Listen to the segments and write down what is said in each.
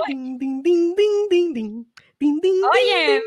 Oye,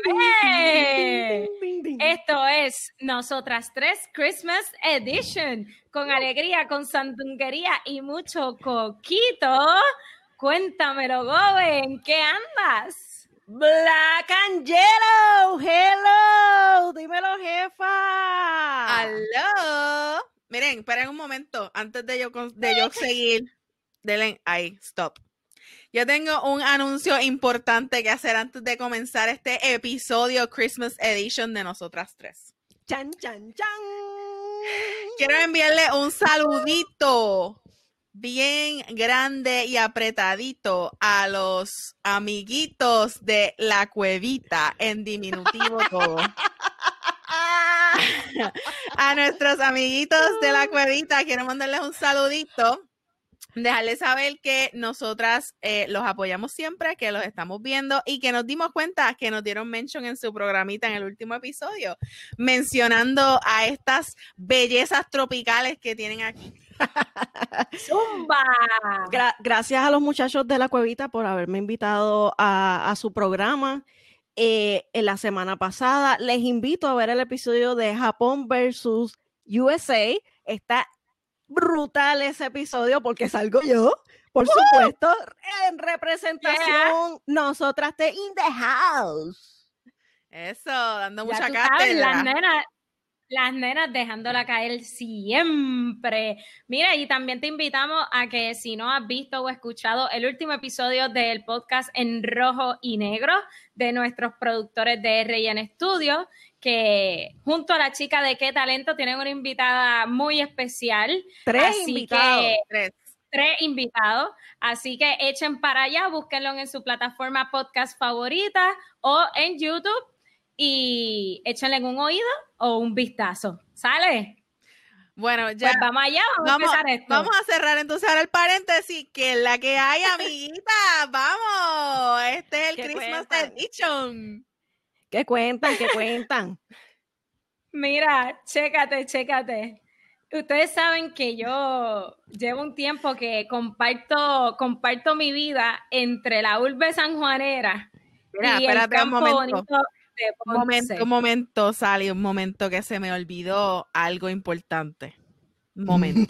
esto es Nosotras Tres Christmas Edition, con alegría, con sandunguería y mucho coquito. Cuéntamelo, Gobe, ¿en qué andas? Black and Yellow, hello, dímelo, jefa. ¡Aló! Miren, esperen un momento, antes de yo seguir, denle ahí, stop. Yo tengo un anuncio importante que hacer antes de comenzar este episodio Christmas Edition de Nosotras Tres. Chan, chan, chan. Quiero enviarle un saludito bien grande y apretadito a los amiguitos de La Cuevita, en diminutivo todo. A nuestros amiguitos de La Cuevita quiero mandarles un saludito, dejarles saber que nosotras los apoyamos siempre, que los estamos viendo y que nos dimos cuenta que nos dieron mention en su programita en el último episodio, mencionando a estas bellezas tropicales que tienen aquí. ¡Zumba! Gracias a los muchachos de La Cuevita por haberme invitado a su programa. En la semana pasada les invito a ver el episodio de Japón versus USA. Está brutal ese episodio porque salgo yo, por supuesto, en representación. Nosotras te in the house. Eso, dando mucha cátedra. cátedra. Las nenas dejándola caer siempre. Mira, y también te invitamos a que si no has visto o escuchado el último episodio del podcast En Rojo y Negro de nuestros productores de R&N Studio, que junto a la chica de Qué Talento tienen una invitada muy especial. Tres invitados, así que echen para allá, búsquenlo en su plataforma podcast favorita o en YouTube y échenle un oído o un vistazo. ¿Sale? Bueno, ya. Pues vamos allá, vamos a empezar esto. Vamos a cerrar entonces ahora el paréntesis, que es la que hay, amiguita. ¡Vamos! Este es el Christmas Edition. ¿Qué cuentan? Mira, chécate. Ustedes saben que yo llevo un tiempo que comparto mi vida entre la urbe sanjuanera y el campo bonito de Ponce. Un momento, Sally, un momento que se me olvidó algo importante. Un momento.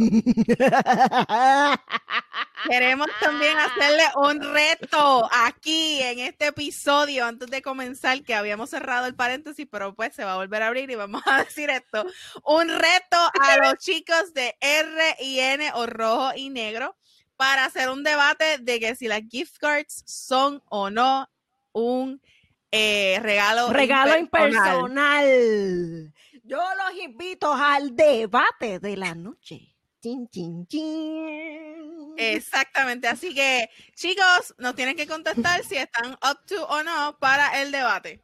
Queremos también hacerle un reto aquí en este episodio antes de comenzar, que habíamos cerrado el paréntesis, pero pues se va a volver a abrir y vamos a decir esto. Un reto a los chicos de R&N o Rojo y Negro para hacer un debate de que si las gift cards son o no un regalo impersonal. Yo los invito al debate de la noche. Chin, chin, chin. Exactamente, así que chicos, nos tienen que contestar si están up to o no para el debate.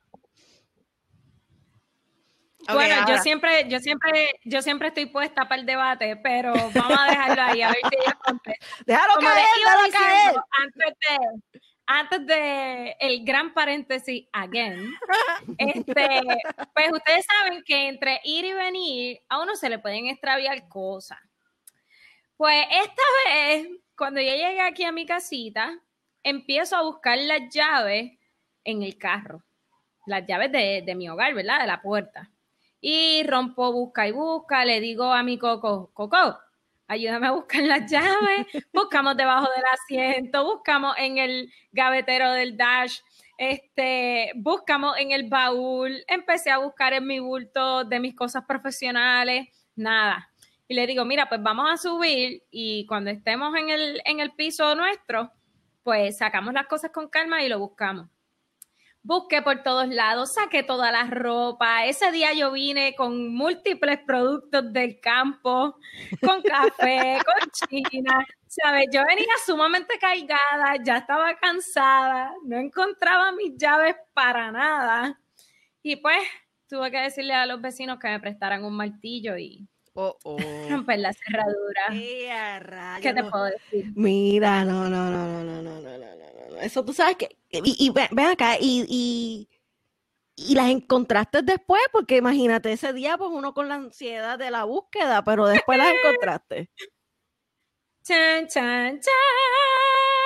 Okay, bueno, ahora. yo siempre estoy puesta para el debate, pero vamos a dejarlo ahí, a ver si ella contesta. Déjalo caer. Antes de el gran paréntesis again, pues ustedes saben que entre ir y venir a uno se le pueden extraviar cosas. Pues esta vez, cuando yo llegué aquí a mi casita, empiezo a buscar las llaves en el carro, las llaves de mi hogar, ¿verdad? De la puerta. Y rompo, busca, le digo a mi Coco, ayúdame a buscar las llaves. Buscamos debajo del asiento, buscamos en el gavetero del dash, buscamos en el baúl, empecé a buscar en mi bulto de mis cosas profesionales, nada. Y le digo, mira, pues vamos a subir y cuando estemos en el piso nuestro, pues sacamos las cosas con calma y lo buscamos. Busqué por todos lados, saqué toda la ropa. Ese día yo vine con múltiples productos del campo, con café, con china, ¿sabes? Yo venía sumamente cargada, ya estaba cansada, no encontraba mis llaves para nada. Y pues tuve que decirle a los vecinos que me prestaran un martillo y romper la cerradura. ¿Qué te puedo decir? Mira, no. Eso tú sabes que... Y ven acá, y las encontraste después, porque imagínate, ese día pues uno con la ansiedad de la búsqueda, pero después las encontraste. ¡Chan, chan, chan!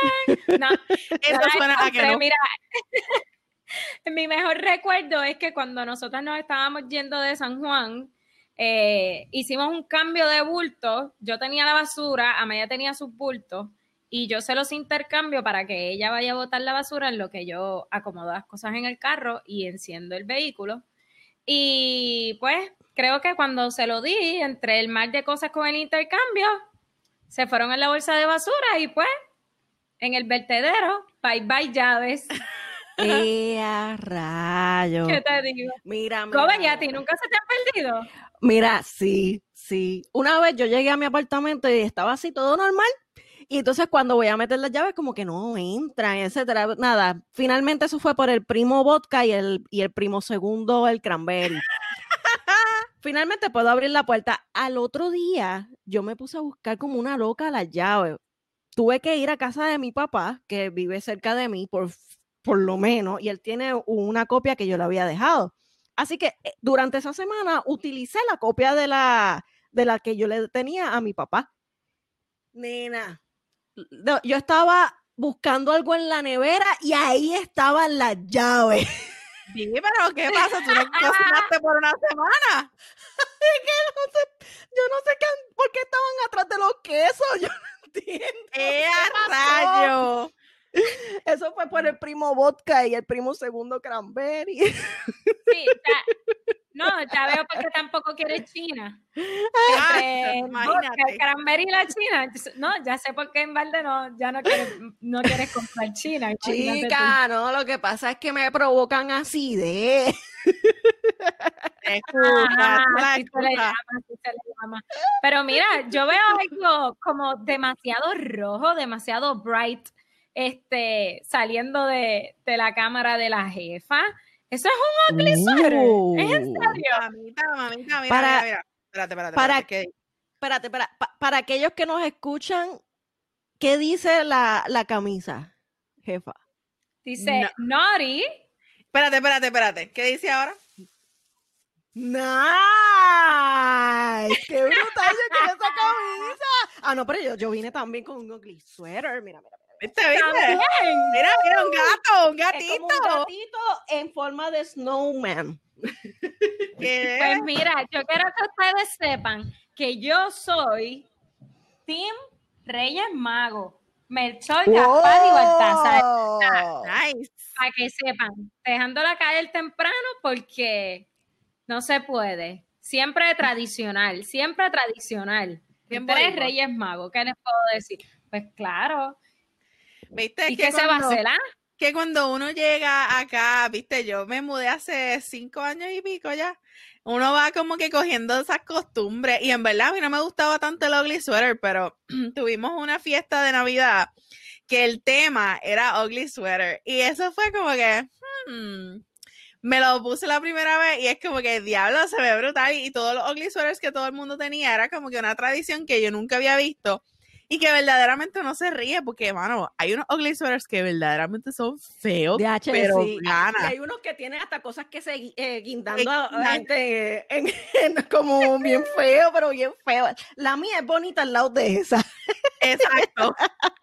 No, Eso suena a que no. Mira, mi mejor recuerdo es que cuando nosotros nos estábamos yendo de San Juan, hicimos un cambio de bultos. Yo tenía la basura, Amaya tenía sus bultos, y yo se los intercambio para que ella vaya a botar la basura en lo que yo acomodo las cosas en el carro y enciendo el vehículo. Y pues creo que cuando se lo di, entre el mar de cosas con el intercambio, se fueron en la bolsa de basura y pues en el vertedero, bye bye llaves. ¡A rayo! ¿Qué te digo? Mira, Gobe, ¿y a ti nunca se te ha perdido? Mira, sí. Una vez yo llegué a mi apartamento y estaba así todo normal. Y entonces cuando voy a meter las llaves, como que no entran, etcétera. Nada, finalmente eso fue por el primo vodka y el primo segundo, el cranberry. Finalmente puedo abrir la puerta. Al otro día, yo me puse a buscar como una loca las llaves. Tuve que ir a casa de mi papá, que vive cerca de mí, por lo menos, y él tiene una copia que yo le había dejado. Así que durante esa semana utilicé la copia de la que yo le tenía a mi papá. Nena, yo estaba buscando algo en la nevera y ahí estaban las llaves. Sí, pero ¿qué pasa? ¿Tú no cocinaste por una semana? Yo no sé por qué estaban atrás de los quesos, yo no entiendo. ¡Rayo! Eso fue por el primo vodka y el primo segundo cranberry. Sí, ya veo porque tampoco quieres China. Entre el vodka, el cranberry y la China. No, ya sé por qué en balde ya no quieres comprar China. Chica, no, lo que pasa es que me provocan acidez. Sí se le llama. Pero mira, yo veo algo como demasiado rojo, demasiado bright, saliendo de la cámara de la jefa. Eso es un ugly sweater. ¿Es en serio? Mamita, mira. Espérate. Para aquellos que nos escuchan, ¿qué dice la camisa, jefa? Dice, naughty. Espérate. ¿Qué dice ahora? ¡Nice! ¡Qué brutal! Yo quiero esa camisa. No, pero yo vine también con un ugly sweater. Mira. ¿Viste? Mira, un gatito. Es como un gatito en forma de snowman. Pues mira, yo quiero que ustedes sepan que yo soy Team Reyes Magos. Melchor, Gaspar y Baltasar. Nice. Para que sepan, dejándola caer temprano porque no se puede. Siempre tradicional. Tres Reyes Magos, ¿qué les puedo decir? Pues claro. ¿Viste? ¿Y qué se va a hacer? Que cuando uno llega acá, viste, yo me mudé hace 5 años y pico ya, uno va como que cogiendo esas costumbres, y en verdad a mí no me gustaba tanto el ugly sweater, pero tuvimos una fiesta de Navidad que el tema era ugly sweater, y eso fue como que, me lo puse la primera vez, y es como que, diablo, se ve brutal, y todos los ugly sweaters que todo el mundo tenía, era como que una tradición que yo nunca había visto, y que verdaderamente no se ríe, porque, mano, hay unos ugly sweaters que verdaderamente son feos, pero ganas. Y hay unos que tienen hasta cosas que se guindando a la gente como bien feo, pero bien feo. La mía es bonita al lado de esa. Exacto.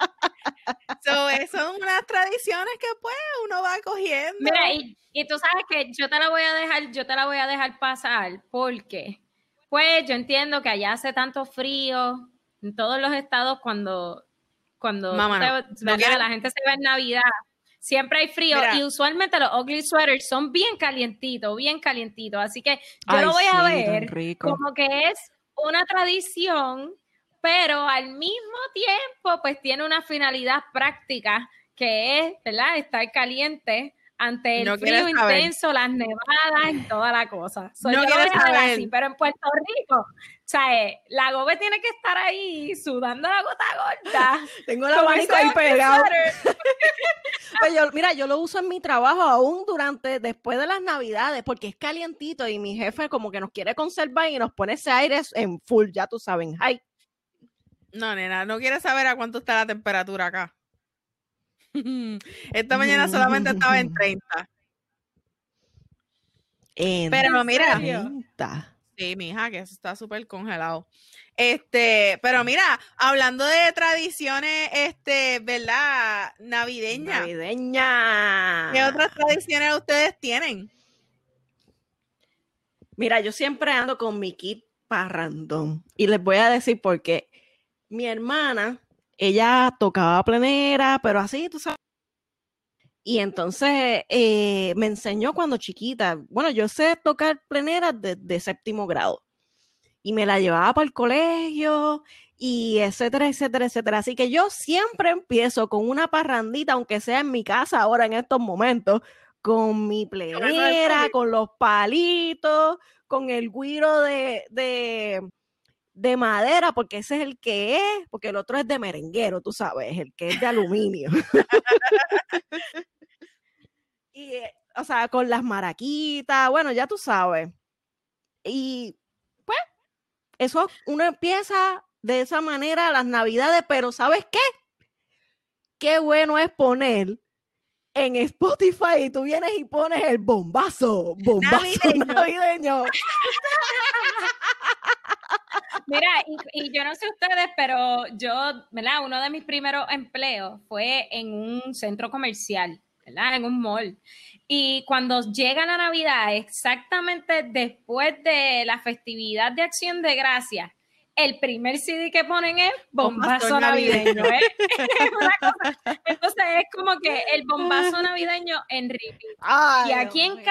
Son unas tradiciones que, pues, uno va cogiendo. Mira, y tú sabes que yo te la voy a dejar pasar, porque, pues, yo entiendo que allá hace tanto frío, en todos los estados cuando la gente se va en Navidad, siempre hay frío. Mira, y usualmente los ugly sweaters son bien calientitos, así que yo lo voy a ver como que es una tradición, pero al mismo tiempo pues tiene una finalidad práctica que es, ¿verdad?, estar caliente ante el frío intenso, las nevadas y toda la cosa. Yo lo voy a ver así, pero en Puerto Rico, o sea, la Gobe tiene que estar ahí sudando la gota gorda. Tengo el abanico ahí pegado. Pues yo lo uso en mi trabajo aún después de las Navidades, porque es calientito y mi jefe como que nos quiere conservar y nos pone ese aire en full, ya tú sabes, high. No, nena, no quieres saber a cuánto está la temperatura acá. Esta mañana solamente estaba en 30. Pero mira, 30. Sí, mija, que eso está súper congelado. Pero mira, hablando de tradiciones, ¿verdad? Navideñas. Navideña. ¿Qué otras tradiciones ustedes tienen? Mira, yo siempre ando con mi kit parrandón. Y les voy a decir por qué. Mi hermana, ella tocaba plenera, pero así, tú sabes. Y entonces me enseñó cuando chiquita. Bueno, yo sé tocar plenera de séptimo grado. Y me la llevaba para el colegio y etcétera, etcétera, etcétera. Así que yo siempre empiezo con una parrandita, aunque sea en mi casa ahora en estos momentos, con mi plenera, con los palitos, con el güiro de madera, porque ese es el que es, porque el otro es de merenguero, tú sabes, el que es de aluminio. Y, o sea, con las maraquitas, bueno, ya tú sabes. Y pues, eso uno empieza de esa manera las navidades, pero ¿sabes qué? Qué bueno es poner en Spotify y tú vienes y pones el bombazo navideño. Mira, y yo no sé ustedes, pero yo, ¿verdad? Uno de mis primeros empleos fue en un centro comercial, ¿verdad? En un mall. Y cuando llega la Navidad, exactamente después de la festividad de Acción de Gracias, el primer CD que ponen es Bombazo Navideño, ¿eh? Entonces es como que el bombazo navideño en repeat. Ay, y aquí en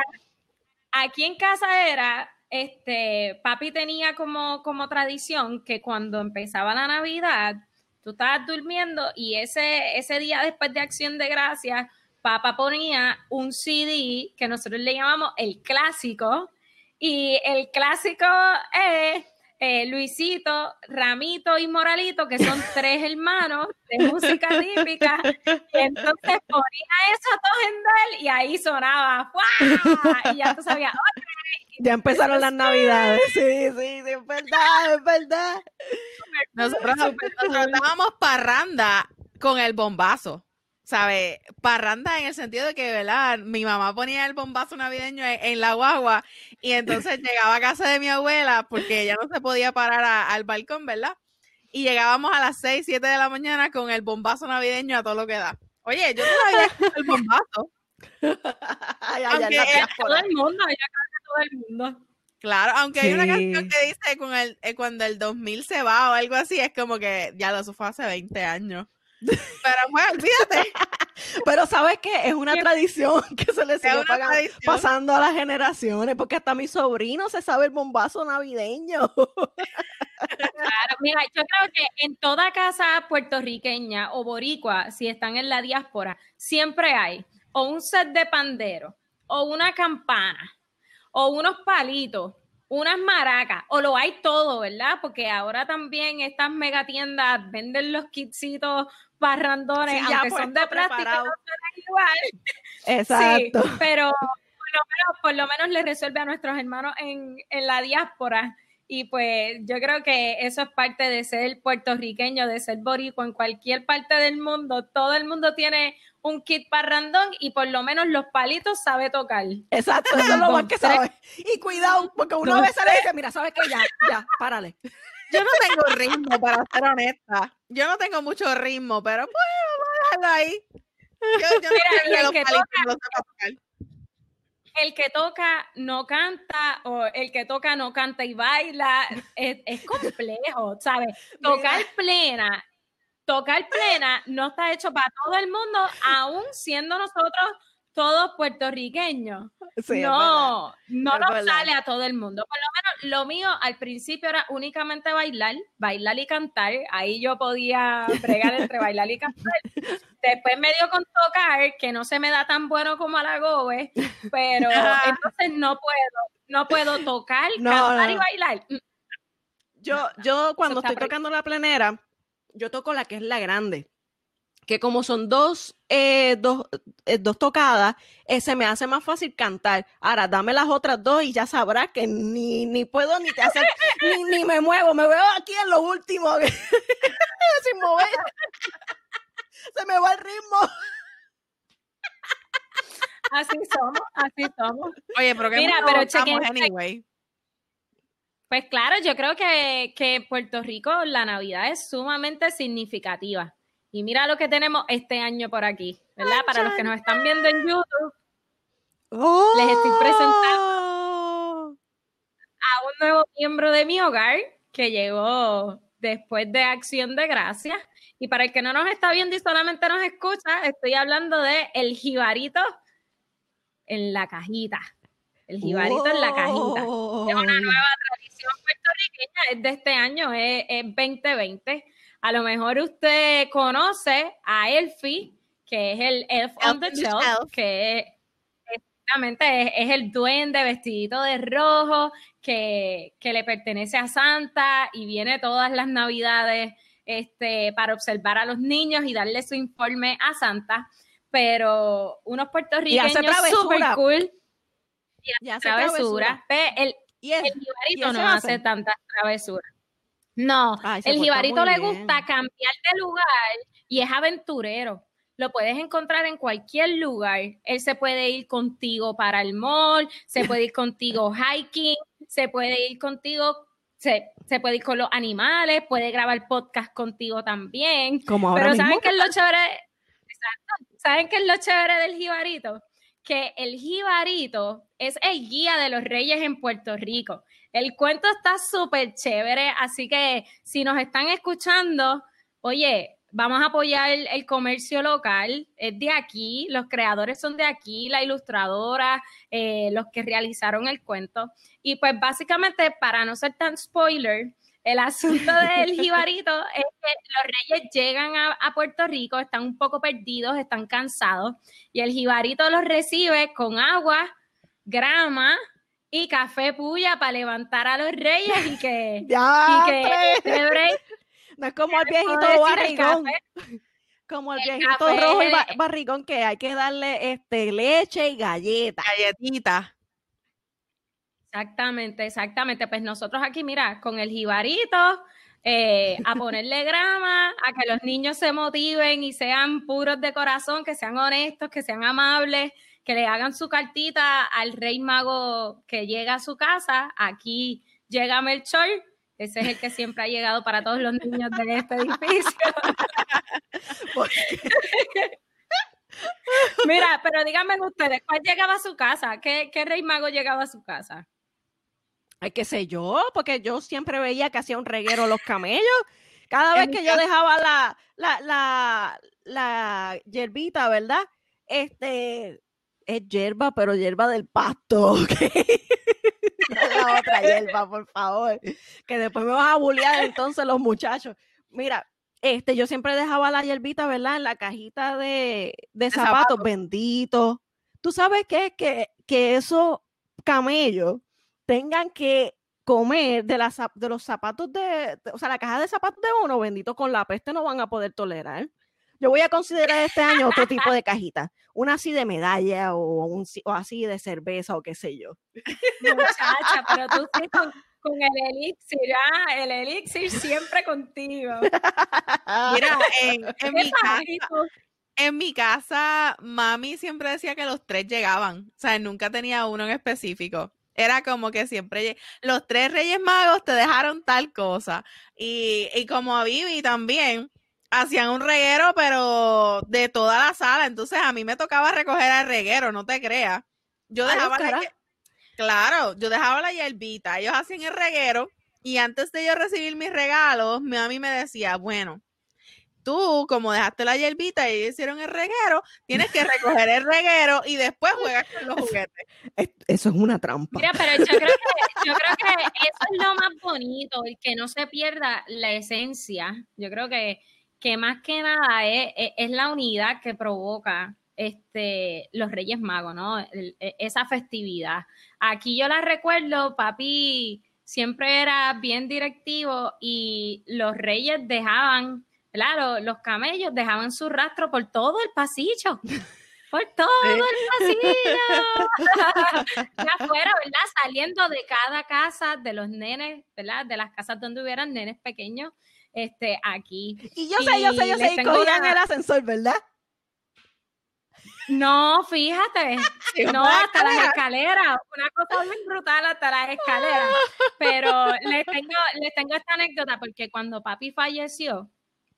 casa era, papi tenía como tradición que cuando empezaba la Navidad, tú estabas durmiendo y ese día después de Acción de Gracias, papá ponía un CD que nosotros le llamamos el clásico, y el clásico es Luisito, Ramito y Moralito, que son 3 hermanos de música típica, y entonces ponía eso a todo en y ahí sonaba ¡fua! Y ya tú sabías, okay. Ya empezaron las navidades. Sí, es verdad. Nosotros estábamos parranda con el bombazo, ¿sabes? Parranda en el sentido de que, ¿verdad? Mi mamá ponía el bombazo navideño en la guagua y entonces llegaba a casa de mi abuela porque ella no se podía parar al balcón, ¿verdad? Y llegábamos a las 6, 7 de la mañana con el bombazo navideño a todo lo que da. Oye, yo todavía el bombazo. Aunque todo el mundo, yo creo que todo el mundo. Claro, aunque hay una canción que dice cuando el 2000 se va o algo así, es como que ya lo fue hace 20 años. Pero bueno, olvídate. Pero ¿sabes qué? Es una tradición que se le sigue pasando a las generaciones, porque hasta mi sobrino se sabe el bombazo navideño. Claro, mira, yo creo que en toda casa puertorriqueña o boricua, si están en la diáspora, siempre hay o un set de pandero, o una campana, o unos palitos, unas maracas, o lo hay todo, ¿verdad? Porque ahora también estas megatiendas venden los kitsitos parrandones, sí, aunque son de plástico, no son igual. Exacto. Sí, pero por lo menos le resuelve a nuestros hermanos en la diáspora. Y pues yo creo que eso es parte de ser puertorriqueño, de ser boricua en cualquier parte del mundo. Todo el mundo tiene un kit parrandón y por lo menos los palitos sabe tocar. Exacto, eso es lo más que sabe. Y cuidado, porque una vez se le dice, mira, ¿sabes qué? Ya, párale. Yo no tengo ritmo, para ser honesta. Yo no tengo mucho ritmo, pero pues vamos a dejarlo ahí. Yo mira, y el que toca no canta, o el que toca no canta y baila, es complejo, ¿sabes? Tocar plena no está hecho para todo el mundo, aún siendo nosotros todos puertorriqueños. Sí, no nos sale a todo el mundo. Por lo menos lo mío al principio era únicamente bailar y cantar. Ahí yo podía bregar entre bailar y cantar. Después me dio con tocar, que no se me da tan bueno como a la Gobe, pero entonces no puedo tocar, cantar y bailar. Yo cuando estoy tocando la plenera, yo toco la que es la grande, que como son dos tocadas, se me hace más fácil cantar. Ahora, dame las otras dos y ya sabrás que ni puedo ni te hacer, ni me muevo. Me veo aquí en lo último, sin mover. Se me va el ritmo. Así somos. Oye, pero que mira, pero chequen, anyway. Pues claro, yo creo que en Puerto Rico la Navidad es sumamente significativa. Y mira lo que tenemos este año por aquí, ¿verdad? Para los que nos están viendo en YouTube, les estoy presentando a un nuevo miembro de mi hogar que llegó después de Acción de Gracias. Y para el que no nos está viendo y solamente nos escucha, estoy hablando de el jibarito en la cajita. El jibarito en la cajita. Es una nueva tradición puertorriqueña, es de este año, es 2020. A lo mejor usted conoce a Elfie, que es el Elf on the Shelf, que exactamente es el duende vestidito de rojo que le pertenece a Santa y viene todas las Navidades para observar a los niños y darle su informe a Santa. Pero unos puertorriqueños súper cool y hace travesura. El jibarito no hace tantas travesuras. No, el jibarito le gusta cambiar de lugar y es aventurero. Lo puedes encontrar en cualquier lugar. Él se puede ir contigo para el mall, se puede ir contigo hiking, se puede ir contigo, se puede ir con los animales, puede grabar podcast contigo también. Como ahora Pero mismo. ¿saben qué es lo chévere? Exacto. ¿Saben qué es lo chévere del jibarito? Que el jibarito es el guía de los reyes en Puerto Rico. El cuento está súper chévere, así que si nos están escuchando, oye, vamos a apoyar el comercio local, es de aquí, los creadores son de aquí, la ilustradora, los que realizaron el cuento. Y pues básicamente, para no ser tan spoiler, el asunto del jibarito es que los reyes llegan a Puerto Rico, están un poco perdidos, están cansados, y el jibarito los recibe con agua, grama y café puya para levantar a los reyes y que no es como el viejito barrigón, como el viejito rojo y barrigón que hay que darle leche y galletita. Exactamente. Pues nosotros aquí, mira, con el jibarito, a ponerle grama, a que los niños se motiven y sean puros de corazón, que sean honestos, que sean amables, que le hagan su cartita al rey mago que llega a su casa. Aquí llega Melchor, ese es el que siempre ha llegado para todos los niños de este edificio. Mira, pero díganme ustedes, ¿cuál llegaba a su casa? ¿Qué rey mago llegaba a su casa? Ay, qué sé yo, porque yo siempre veía que hacía un reguero los camellos. Cada vez que yo dejaba la hierbita, ¿verdad? Es hierba, pero hierba del pasto, ¿ok? No la otra hierba, por favor. Que después me vas a bullear entonces los muchachos. Mira, yo siempre dejaba la hierbita, ¿verdad? En la cajita de zapatos, bendito. ¿Tú sabes qué? Que esos camellos tengan que comer de los zapatos o sea, la caja de zapatos de uno, bendito, con la peste no van a poder tolerar. Yo voy a considerar este año otro tipo de cajita, una así de medalla o así de cerveza o qué sé yo. Muchacha, pero tú sí con el elixir siempre contigo. Mira, en mi casa, mami siempre decía que los 3 llegaban, o sea, nunca tenía uno en específico. Era como que siempre los 3 Reyes Magos te dejaron tal cosa. Y como a Vivi también, hacían un reguero, pero de toda la sala. Entonces a mí me tocaba recoger el reguero, no te creas. Yo dejaba yo dejaba la hierbita. Ellos hacían el reguero y antes de yo recibir mis regalos, mami me decía, bueno, tú, como dejaste la hierbita y ellos hicieron el reguero, tienes que recoger el reguero y después juegas con los juguetes. Eso es una trampa. Mira, pero yo creo que eso es lo más bonito, el que no se pierda la esencia. Yo creo que más que nada es la unidad que provoca los Reyes Magos, ¿no? Esa festividad. Aquí yo la recuerdo, papi siempre era bien directivo y los reyes dejaban, claro, los camellos dejaban su rastro por todo el pasillo. Por todo el pasillo. Ya afuera, ¿verdad? Saliendo de cada casa de los nenes, ¿verdad? De las casas donde hubieran nenes pequeños, aquí. Y yo sé, y cogían el ascensor, ¿verdad? No, fíjate, No, hasta las escaleras, una cosa muy brutal hasta las escaleras. Pero les tengo esta anécdota porque cuando papi falleció,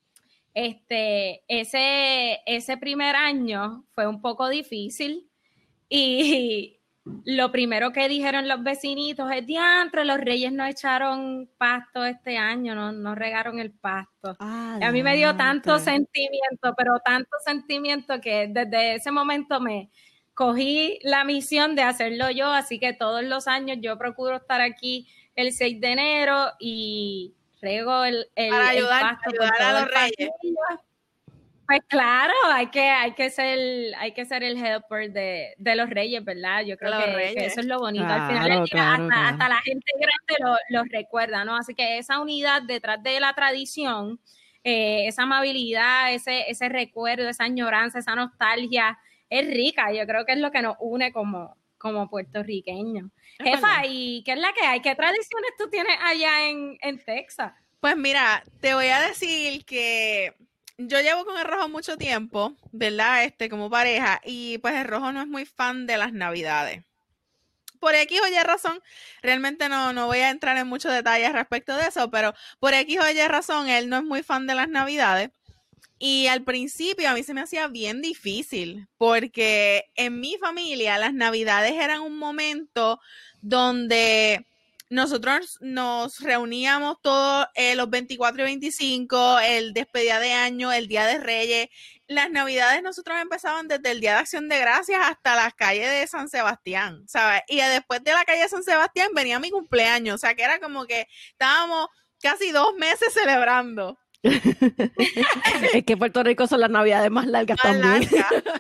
ese primer año fue un poco difícil y lo primero que dijeron los vecinitos es: diantre, los reyes no echaron pasto este año, no regaron el pasto. Y a mí me dio tanto sentimiento, pero tanto sentimiento que desde ese momento me cogí la misión de hacerlo yo, así que todos los años yo procuro estar aquí el 6 de enero y riego para ayudar a los reyes. Pues claro, hay que ser el helper de los reyes, ¿verdad? Yo creo que eso es lo bonito. Al final del día, hasta la gente grande lo recuerda, ¿no? Así que esa unidad detrás de la tradición, esa amabilidad, ese recuerdo, esa añoranza, esa nostalgia, es rica. Yo creo que es lo que nos une como puertorriqueños. Jefa, ¿y qué es la que hay? ¿Qué tradiciones tú tienes allá en Texas? Pues mira, te voy a decir que yo llevo con el Rojo mucho tiempo, ¿verdad? Como pareja, y pues el Rojo no es muy fan de las Navidades. Por X o Y razón, realmente no voy a entrar en muchos detalles respecto de eso, pero por X o Y razón, él no es muy fan de las Navidades. Y al principio a mí se me hacía bien difícil, porque en mi familia las Navidades eran un momento donde nosotros nos reuníamos todos los 24 y 25, el despedida de año, el Día de Reyes. Las Navidades nosotros empezaban desde el Día de Acción de Gracias hasta las calles de San Sebastián, ¿sabes? Y después de la calle de San Sebastián venía mi cumpleaños, o sea que era como que estábamos casi 2 meses celebrando. Es que Puerto Rico son las Navidades más largas también.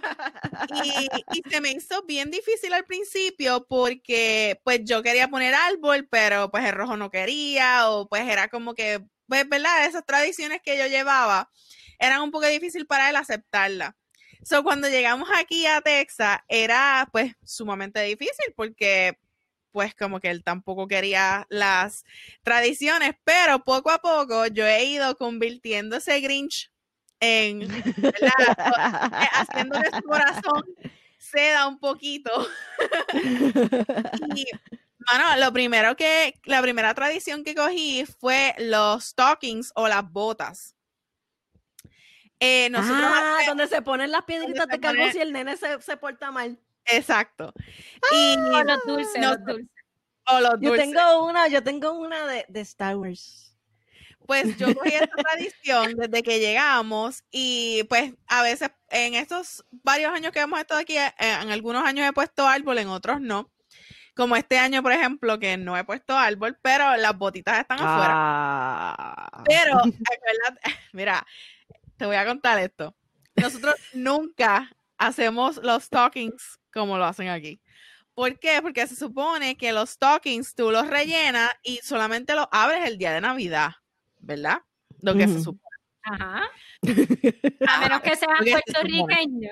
Y se me hizo bien difícil al principio porque pues yo quería poner árbol, pero pues el Rojo no quería, o pues era como que, pues verdad, esas tradiciones que yo llevaba eran un poco difícil para él aceptarlas. So, cuando llegamos aquí a Texas era pues sumamente difícil porque pues como que él tampoco quería las tradiciones, pero poco a poco yo he ido convirtiendo ese Grinch en, haciéndole su corazón seda un poquito. Y, bueno, la primera tradición que cogí fue los stockings o las botas. Nosotros donde se ponen las piedritas de calvo si el nene se porta mal. Exacto. O los dulces, los dulces. Yo tengo una de Star Wars. Pues yo cogí esta tradición desde que llegamos y pues a veces en estos varios años que hemos estado aquí, en algunos años he puesto árbol, en otros no. Como este año, por ejemplo, que no he puesto árbol, pero las botitas están afuera. Pero, acuérdate, mira, te voy a contar esto. Nosotros nunca hacemos los stockings como lo hacen aquí. ¿Por qué? Porque se supone que los stockings tú los rellenas y solamente los abres el día de Navidad, ¿verdad? Lo que se supone. Ajá. A menos que seas puertorriqueño.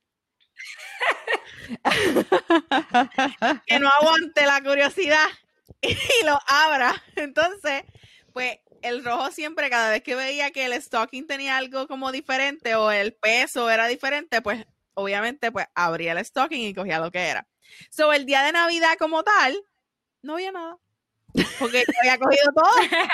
Que no aguante la curiosidad y lo abra. Entonces, pues el Rojo siempre, cada vez que veía que el stocking tenía algo como diferente o el peso era diferente, pues obviamente pues abría el stocking y cogía lo que era. So, el día de Navidad como tal, no había nada. Porque yo había cogido todo.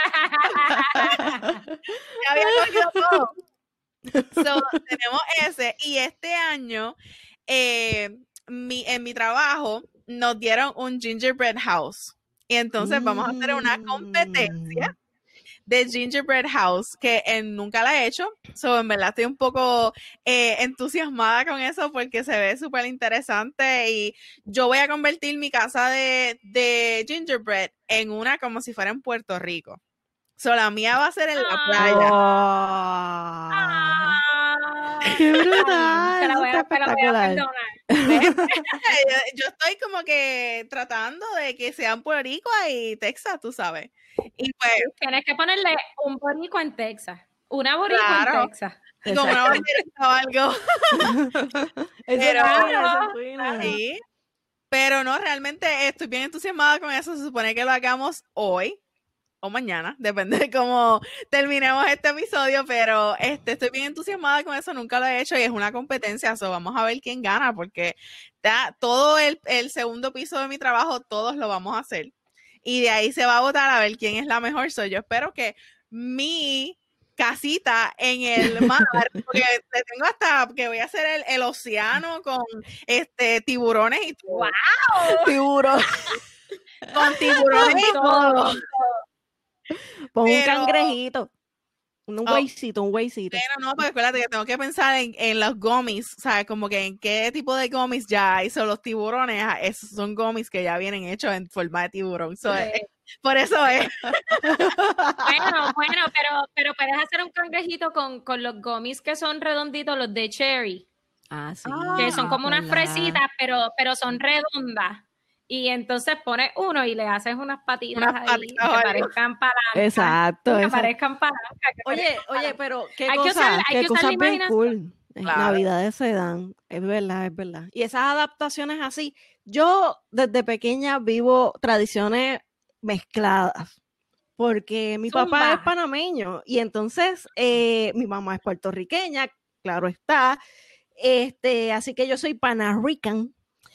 Ya había cogido todo. So, tenemos ese. Y este año, en mi trabajo, nos dieron un gingerbread house. Y entonces vamos a hacer una competencia de gingerbread house que nunca la he hecho. So, en verdad estoy un poco entusiasmada con eso porque se ve súper interesante y yo voy a convertir mi casa de gingerbread en una como si fuera en Puerto Rico. So, la mía va a ser en la playa. ¡Qué brutal! Te la voy a perdonar. Yo estoy como que tratando de que sean Boricua y Texas, tú sabes. Y pues tienes que ponerle un boricua en Texas. Una boricua en Texas. Como una banderita o algo. Sí. Pero no, realmente estoy bien entusiasmada con eso. Se supone que lo hagamos hoy. o mañana, depende de cómo terminemos este episodio, pero estoy bien entusiasmada con eso, nunca lo he hecho y es una competencia, vamos a ver quién gana, porque todo el segundo piso de mi trabajo, todos lo vamos a hacer, y de ahí se va a votar a ver quién es la mejor. Yo espero que mi casita en el mar, porque le tengo hasta que voy a hacer el océano con tiburones y todo. ¡Wow! Tiburón. Con tiburones y todo. Pon un cangrejito. Un güeycito. Pero no, porque acuérdate que tengo que pensar en los gummies, ¿sabes? Como que en qué tipo de gummies ya hay. Son los tiburones, esos son gummies que ya vienen hechos en forma de tiburón. Por eso es. Bueno, pero puedes hacer un cangrejito con los gummies que son redonditos, los de cherry. Sí. Que son como unas fresitas, pero son redondas. Y entonces pones uno y le haces unas patitas ahí que parezcan palancas. Exacto. Que parezcan palancas. Oye, pero qué hay cosas que bien cool. Claro. Navidades se dan, es verdad. Y esas adaptaciones así, yo desde pequeña vivo tradiciones mezcladas, porque mi papá es panameño y entonces mi mamá es puertorriqueña, claro está, así que yo soy panarican.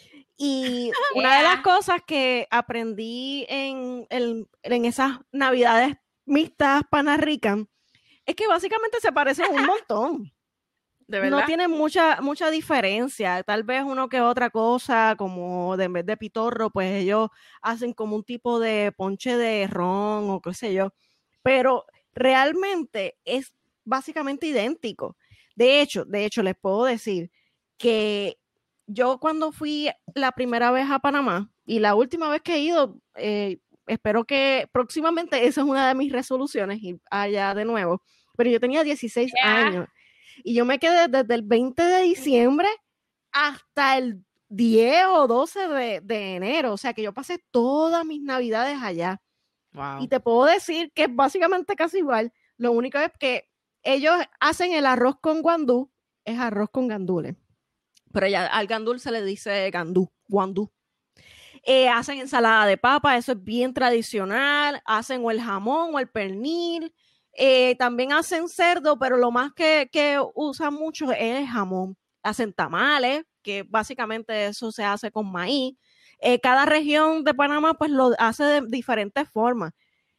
Y una de las cosas que aprendí en esas navidades mixtas panarican es que básicamente se parecen un montón. ¿De verdad? No tienen mucha diferencia. Tal vez uno que otra cosa, como en vez de pitorro, pues ellos hacen como un tipo de ponche de ron o qué sé yo. Pero realmente es básicamente idéntico. De hecho, les puedo decir que yo cuando fui la primera vez a Panamá y la última vez que he ido, espero que próximamente, esa es una de mis resoluciones, ir allá de nuevo, pero yo tenía 16 años y yo me quedé desde el 20 de diciembre hasta el 10 o 12 de enero, o sea que yo pasé todas mis navidades allá. Wow. Y te puedo decir que es básicamente casi igual, lo único es que ellos hacen el arroz con guandú, es arroz con gandules. Pero ya al gandul se le dice guandú. Hacen ensalada de papa, eso es bien tradicional. Hacen o el jamón o el pernil. También hacen cerdo, pero lo más que usan mucho es el jamón. Hacen tamales, que básicamente eso se hace con maíz. Cada región de Panamá pues lo hace de diferentes formas.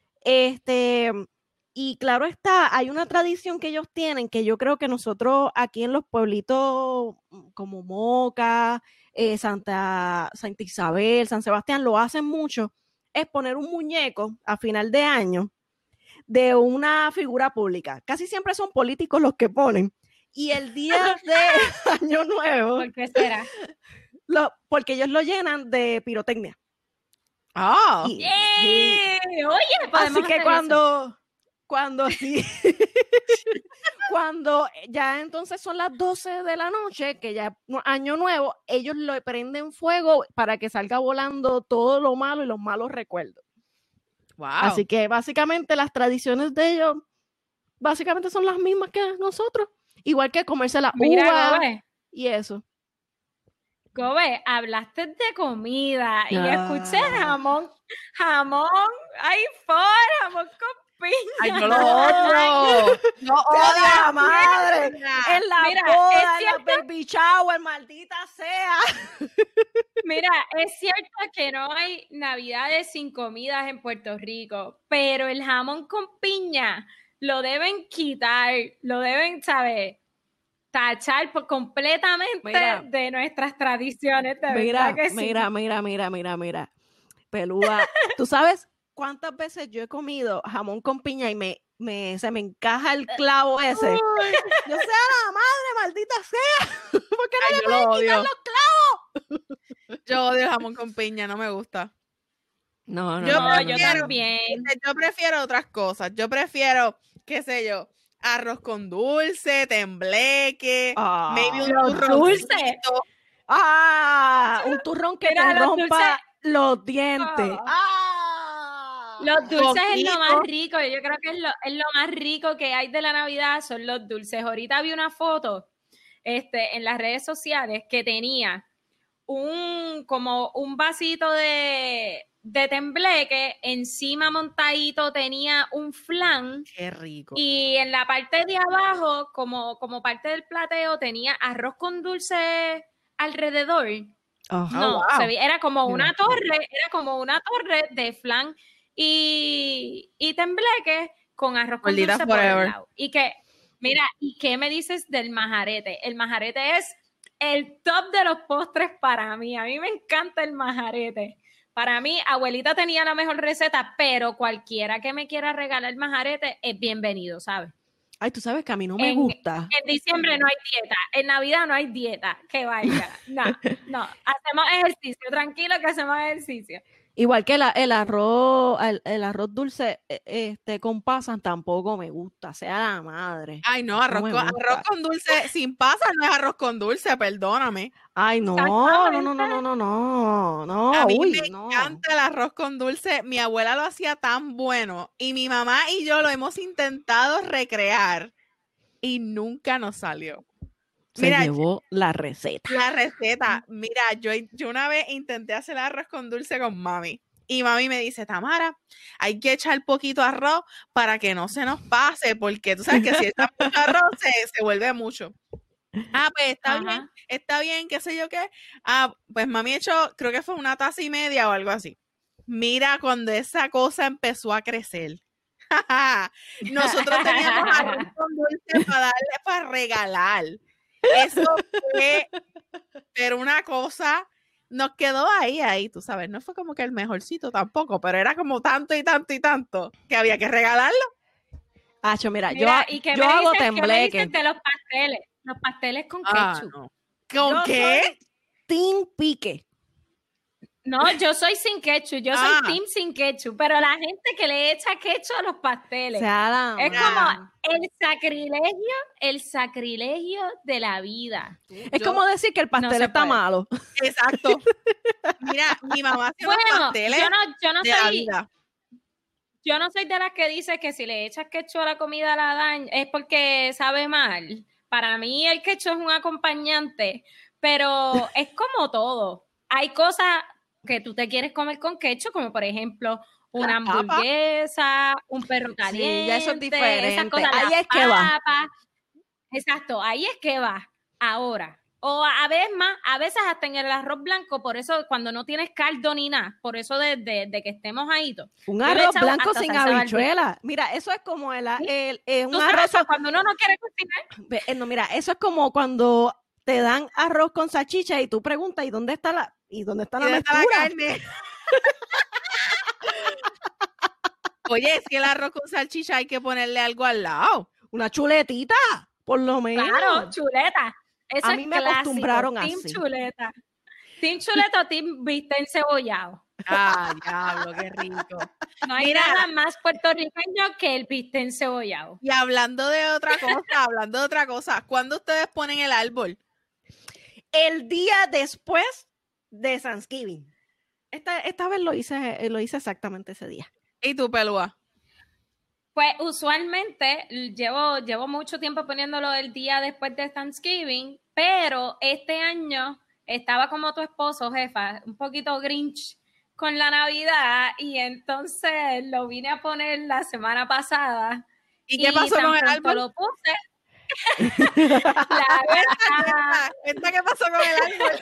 Y claro está, hay una tradición que ellos tienen que yo creo que nosotros aquí en los pueblitos como Moca, Santa Isabel, San Sebastián, lo hacen mucho, es poner un muñeco a final de año de una figura pública. Casi siempre son políticos los que ponen. Y el día de Año Nuevo, ¿por qué será? Porque ellos lo llenan de pirotecnia. Oh. Sí. Oye, así que cuando ya entonces son las 12 de la noche, que ya Año Nuevo, ellos lo prenden fuego para que salga volando todo lo malo y los malos recuerdos. Wow. Así que básicamente las tradiciones de ellos básicamente son las mismas que nosotros, igual que comerse la uva y eso. Gobe, hablaste de comida y escuché jamón, ay, jamón con piña. Ay, no lo odio. No odio a la madre. En la boda, en la baby shower, maldita sea. Mira, es cierto que no hay navidades sin comidas en Puerto Rico, pero el jamón con piña lo deben quitar, lo deben, ¿sabes? Tachar completamente de nuestras tradiciones, de verdad que sí. Mira, Pelúa, ¿tú sabes cuántas veces yo he comido jamón con piña y se me encaja el clavo ese? Yo sea la madre, maldita sea. ¿Por qué no le pueden quitar los clavos? Yo odio el jamón con piña, no me gusta. No, yo también. Yo prefiero otras cosas. Yo prefiero, qué sé yo, arroz con dulce, tembleque, maybe un turrón dulce. Un turrón que te rompa los dientes. Los dulces es lo más rico. Yo creo que es lo más rico que hay de la Navidad, son los dulces. Ahorita vi una foto en las redes sociales que tenía como un vasito de de tembleque, encima montadito tenía un flan. Qué rico. Y en la parte de abajo, como parte del plateo, tenía arroz con dulce alrededor. Oh, No, wow. era como una torre de flan y tembleque con arroz con Gordita dulce por forever. el lado. Y ¿qué me dices del majarete? El majarete es el top de los postres para mí. A mí me encanta el majarete. Para mí, abuelita tenía la mejor receta, pero cualquiera que me quiera regalar majarete es bienvenido, ¿sabes? Ay, tú sabes que a mí no me gusta. En diciembre no hay dieta, en Navidad no hay dieta, que vaya. No, hacemos ejercicio, tranquilo que hacemos ejercicio. Igual que el arroz dulce con pasas tampoco me gusta, sea la madre. Ay, no, arroz con dulce sin pasas no es arroz con dulce, perdóname. Ay, no. A mí me encanta el arroz con dulce. Mi abuela lo hacía tan bueno y mi mamá y yo lo hemos intentado recrear y nunca nos salió. Se llevó la receta. Mira, yo una vez intenté hacer arroz con dulce con mami. Y mami me dice, Tamara, hay que echar poquito arroz para que no se nos pase, porque tú sabes que si echas mucho arroz se vuelve mucho. Pues está bien, qué sé yo qué. Pues mami echó, creo que fue 1,5 tazas o algo así. Mira, cuando esa cosa empezó a crecer. Nosotros teníamos arroz con dulce para regalar. Eso fue, pero una cosa nos quedó ahí, tú sabes, no fue como que el mejorcito tampoco, pero era como tanto y tanto y tanto que había que regalarlo. Mira, yo hago tembleque. ¿Qué me dices de los pasteles con ketchup? No. ¿Con qué? Team pique. No, yo soy sin ketchup, yo soy team sin ketchup, pero la gente que le echa ketchup a los pasteles es como el sacrilegio de la vida. Es como decir que el pastel está malo. Exacto. Mira, mi mamá hace unos pasteles yo no soy de las que dice que si le echas ketchup a la comida la daña, es porque sabe mal. Para mí el ketchup es un acompañante, pero es como todo. Hay cosas que tú te quieres comer con ketchup, como por ejemplo una hamburguesa, un perro caliente. Sí, ya eso es diferente. Esas cosas, ahí es que va. Exacto, ahí es que va. Ahora. O a veces hasta en el arroz blanco, por eso cuando no tienes caldo ni nada, por eso de que estemos ahí. Un arroz blanco sin habichuela. Mira, eso es como un arroz. Cuando uno no quiere cocinar. No, mira, eso es como cuando te dan arroz con salchicha y tú preguntas, ¿y dónde está la carne? Oye, es que el arroz con salchicha hay que ponerle algo al lado. Una chuletita, por lo menos. Claro, chuleta. Eso a mí me acostumbraron team así. Team chuleta o team bistec encebollado. Diablo, qué rico. No hay nada más puertorriqueño que el bistec encebollado. Y hablando de otra cosa, ¿cuándo ustedes ponen el árbol? El día después de Thanksgiving. Esta vez lo hice exactamente ese día. ¿Y tú, Pelúa? Pues usualmente llevo mucho tiempo poniéndolo el día después de Thanksgiving, pero este año estaba como tu esposo, jefa, un poquito grinch con la Navidad y entonces lo vine a poner la semana pasada. ¿Y qué pasó con el árbol? Lo puse. Cuenta qué pasó con el árbol.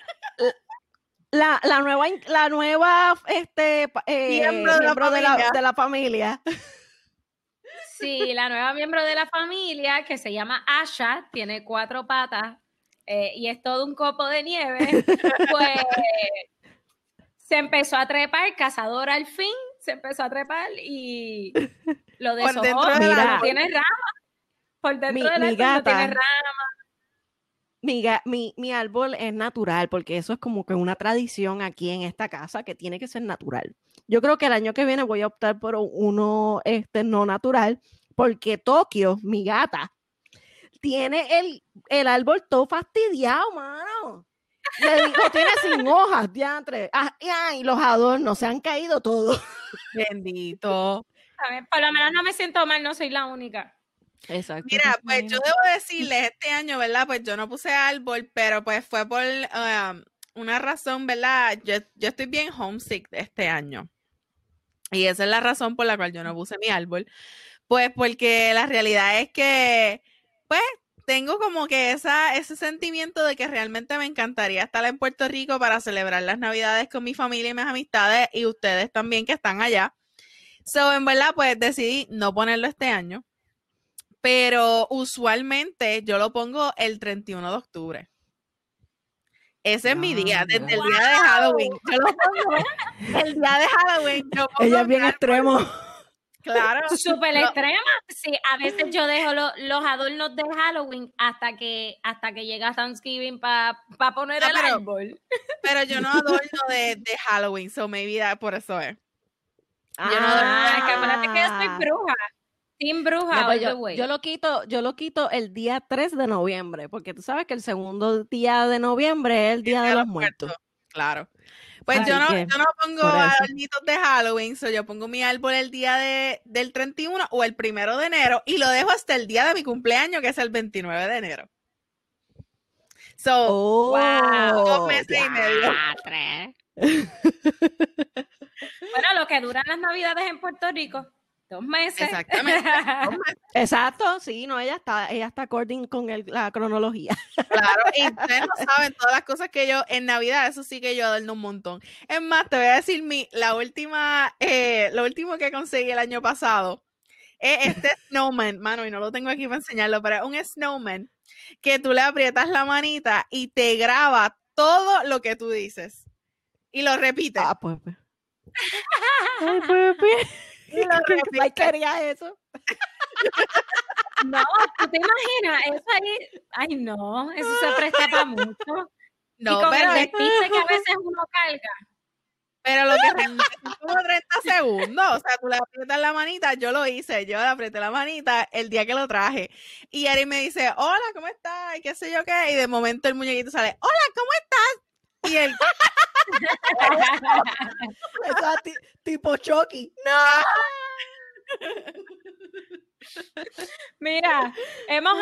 La nueva miembro de la familia. Sí, la nueva miembro de la familia que se llama Asha, tiene 4 patas y es todo un copo de nieve, pues se empezó a trepar, cazadora al fin, se empezó a trepar y lo deshojó. Tiene ramas. Por dentro del árbol no tiene ramas. Mi árbol es natural, porque eso es como que una tradición aquí en esta casa que tiene que ser natural. Yo creo que el año que viene voy a optar por uno no natural, porque Tokio, mi gata, tiene el árbol todo fastidiado, mano. Le digo, tiene sin hojas, diantre. Y los adornos se han caído todos. Bendito. A ver, por lo menos no me siento mal, no soy la única. Exacto. Mira, pues yo debo decirles, este año, ¿verdad? Pues yo no puse árbol, pero pues fue por una razón, ¿verdad? Yo estoy bien homesick este año. Y esa es la razón por la cual yo no puse mi árbol. Pues porque la realidad es que, pues, tengo como que ese sentimiento de que realmente me encantaría estar en Puerto Rico para celebrar las Navidades con mi familia y mis amistades y ustedes también que están allá. So, en verdad, pues decidí no ponerlo este año. Pero usualmente yo lo pongo el 31 de octubre. Ese es mi día, desde el día de Halloween. Yo lo pongo el día de Halloween. Ella es bien extremo. Claro. Súper extrema. Sí, a veces yo dejo los adornos de Halloween hasta que llega Thanksgiving para poner el árbol. Pero yo no adorno de Halloween, so maybe por eso es. Yo no adorno. Que acuérdate que yo soy bruja. Team bruja. No, pues yo lo quito el día 3 de noviembre, porque tú sabes que el segundo día de noviembre es el día de los muertos. Claro. Pues yo no pongo adornitos de Halloween, yo pongo mi árbol el día del 31 o el 1 de enero y lo dejo hasta el día de mi cumpleaños, que es el 29 de enero. Wow, 2 meses y medio. Bueno, lo que duran las Navidades en Puerto Rico. 2 meses. Exactamente. 2 meses. Exacto, sí, no, ella está according con la cronología. Claro, y ustedes no saben todas las cosas que yo, en Navidad, eso sí que yo adorno un montón. Es más, te voy a decir lo último que conseguí el año pasado, es este snowman, mano, y no lo tengo aquí para enseñarlo, pero es un snowman que tú le aprietas la manita y te graba todo lo que tú dices. Y lo repites. Ah, pues. Ay, pues. ¿Ay, quería eso? No, ¿tú te imaginas? Eso ahí, ay no, eso se presta para mucho. No, y con pero el despiste que a veces uno carga. Pero lo que es como 30 segundos, o sea, tú le aprietas la manita, yo lo hice, yo le apreté la manita el día que lo traje. Y Ari me dice, hola, ¿cómo estás? Y qué sé yo qué, y de momento el muñequito sale, hola, ¿cómo estás? Y él... Eso es tipo Chucky. No. Mira, hemos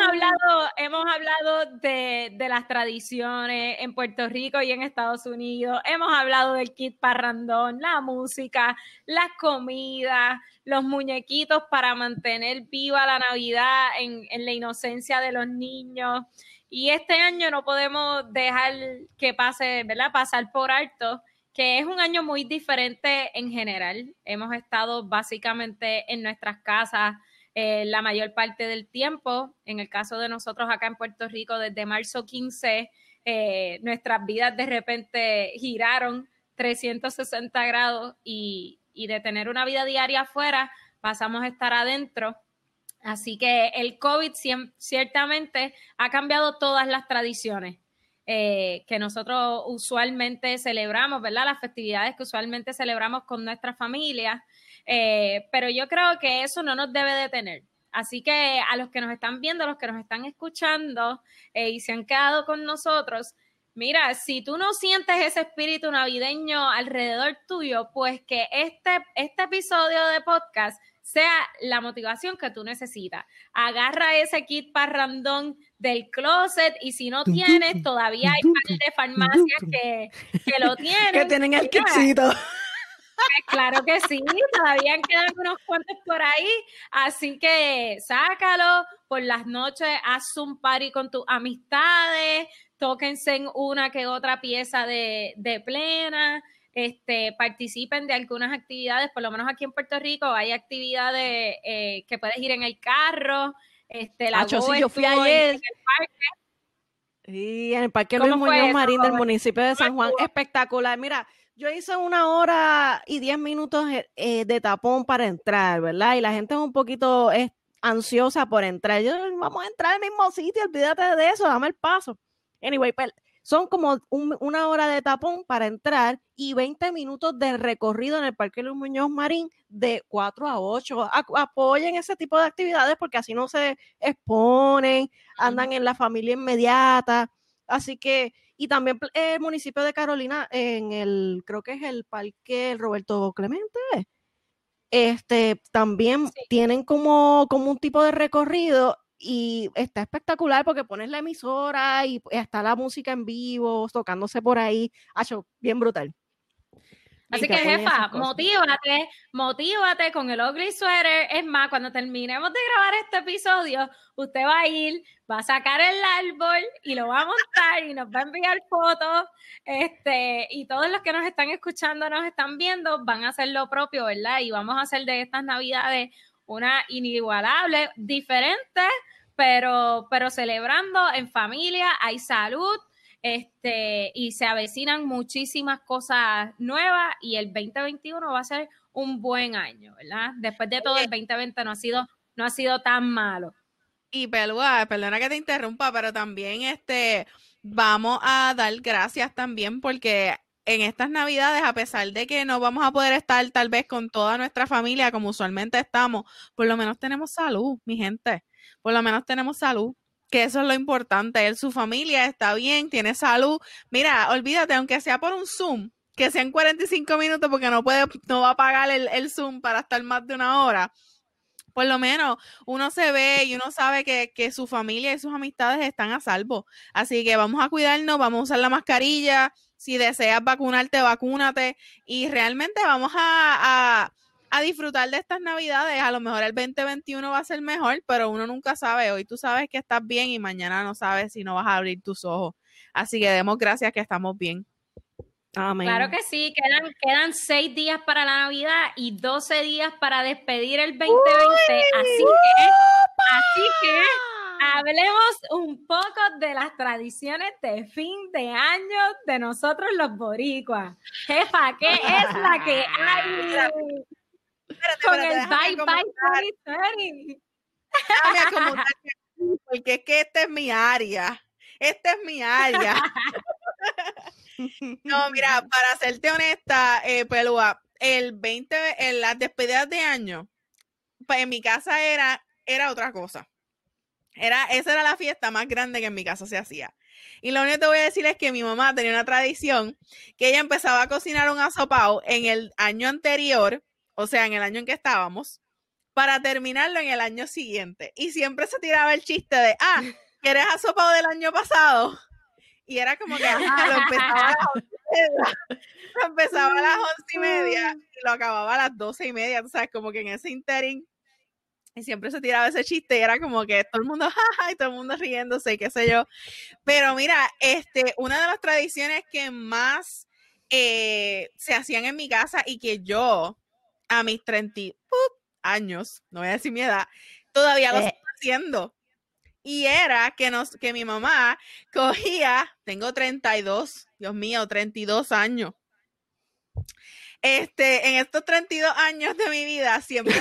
hablado de las tradiciones en Puerto Rico y en Estados Unidos, hemos hablado del kit parrandón, la música, las comidas, los muñequitos para mantener viva la Navidad en la inocencia de los niños. Y este año no podemos dejar que pasar por alto, que es un año muy diferente en general. Hemos estado básicamente en nuestras casas la mayor parte del tiempo. En el caso de nosotros acá en Puerto Rico, desde marzo 15, nuestras vidas de repente giraron 360 grados y de tener una vida diaria afuera, pasamos a estar adentro. Así que el COVID ciertamente ha cambiado todas las tradiciones que nosotros usualmente celebramos, ¿verdad? Las festividades que usualmente celebramos con nuestras familias, pero yo creo que eso no nos debe detener. Así que a los que nos están viendo, a los que nos están escuchando y se han quedado con nosotros, mira, si tú no sientes ese espíritu navideño alrededor tuyo, pues que este episodio de podcast sea la motivación que tú necesitas. Agarra ese kit parrandón del closet y si no tienes, todavía hay par de farmacias que lo tienen. Que tienen el kitcito. Claro que sí, todavía quedan unos cuantos por ahí, así que sácalo por las noches, haz un party con tus amistades, tóquense en una que otra pieza de plena, participen de algunas actividades, por lo menos aquí en Puerto Rico hay actividades que puedes ir en el carro, sí, yo fui ayer en el parque. Sí, en el Parque Luis Muñoz Marín del municipio de San Juan, espectacular. Mira, yo hice 1 hora y 10 minutos de tapón para entrar, ¿verdad? Y la gente es un poquito ansiosa por entrar. Yo, vamos a entrar al mismo sitio, olvídate de eso, dame el paso. Anyway, pues, son como 1 hora de tapón para entrar y 20 minutos de recorrido en el Parque Luis Muñoz Marín de 4 a 8. Apoyen ese tipo de actividades porque así no se exponen, andan en la familia inmediata. Así que, y también el municipio de Carolina, creo que es el Parque Roberto Clemente, también sí, tienen como un tipo de recorrido y está espectacular porque pones la emisora y está la música en vivo, tocándose por ahí. Bien brutal. Así que, jefa, motívate con el Ugly Sweater. Es más, cuando terminemos de grabar este episodio, usted va a ir, va a sacar el árbol y lo va a montar y nos va a enviar fotos. Y todos los que nos están escuchando, nos están viendo, van a hacer lo propio, ¿verdad? Y vamos a hacer de estas Navidades una inigualable, diferente, pero celebrando en familia, hay salud. Y se avecinan muchísimas cosas nuevas y el 2021 va a ser un buen año, ¿verdad? Después de todo, el 2020 no ha sido tan malo. Y Pelúa, perdona que te interrumpa, pero también vamos a dar gracias también porque en estas Navidades, a pesar de que no vamos a poder estar tal vez con toda nuestra familia como usualmente estamos, por lo menos tenemos salud, mi gente, por lo menos tenemos salud. Que eso es lo importante, su familia está bien, tiene salud. Mira, olvídate, aunque sea por un Zoom, que sean 45 minutos porque no va a pagar el Zoom para estar más de una hora. Por lo menos uno se ve y uno sabe que su familia y sus amistades están a salvo. Así que vamos a cuidarnos, vamos a usar la mascarilla. Si deseas vacunarte, vacúnate. Y realmente vamos a disfrutar de estas Navidades. A lo mejor el 2021 va a ser mejor, pero uno nunca sabe. Hoy tú sabes que estás bien y mañana no sabes si no vas a abrir tus ojos. Así que demos gracias que estamos bien. Amén. Claro que sí, quedan 6 días para la Navidad y 12 días para despedir el 2020. Así que hablemos un poco de las tradiciones de fin de año de nosotros los boricuas. Jefa, ¿qué es la que hay? Con el bye bye 2020. Déjame acomodar porque es que esta es mi área. No, mira, para serte honesta, Pelúa, en las despedidas de año, pues en mi casa era otra cosa. Esa era la fiesta más grande que en mi casa se hacía. Y lo único que te voy a decir es que mi mamá tenía una tradición que ella empezaba a cocinar un asopao en el año anterior, o sea, en el año en que estábamos, para terminarlo en el año siguiente. Y siempre se tiraba el chiste de, ¿quieres asopao del año pasado? Y era como que lo empezaba a las 11:30 y lo acababa a las 12:30, tú sabes, como que en ese interín. Y siempre se tiraba ese chiste y era como que todo el mundo, jaja, y todo el mundo riéndose y qué sé yo. Pero mira, una de las tradiciones que más se hacían en mi casa y que yo, a mis 30 años, no voy a decir mi edad, todavía lo estoy haciendo. Y era que mi mamá cogía, tengo 32, Dios mío, 32 años. En estos 32 años de mi vida siempre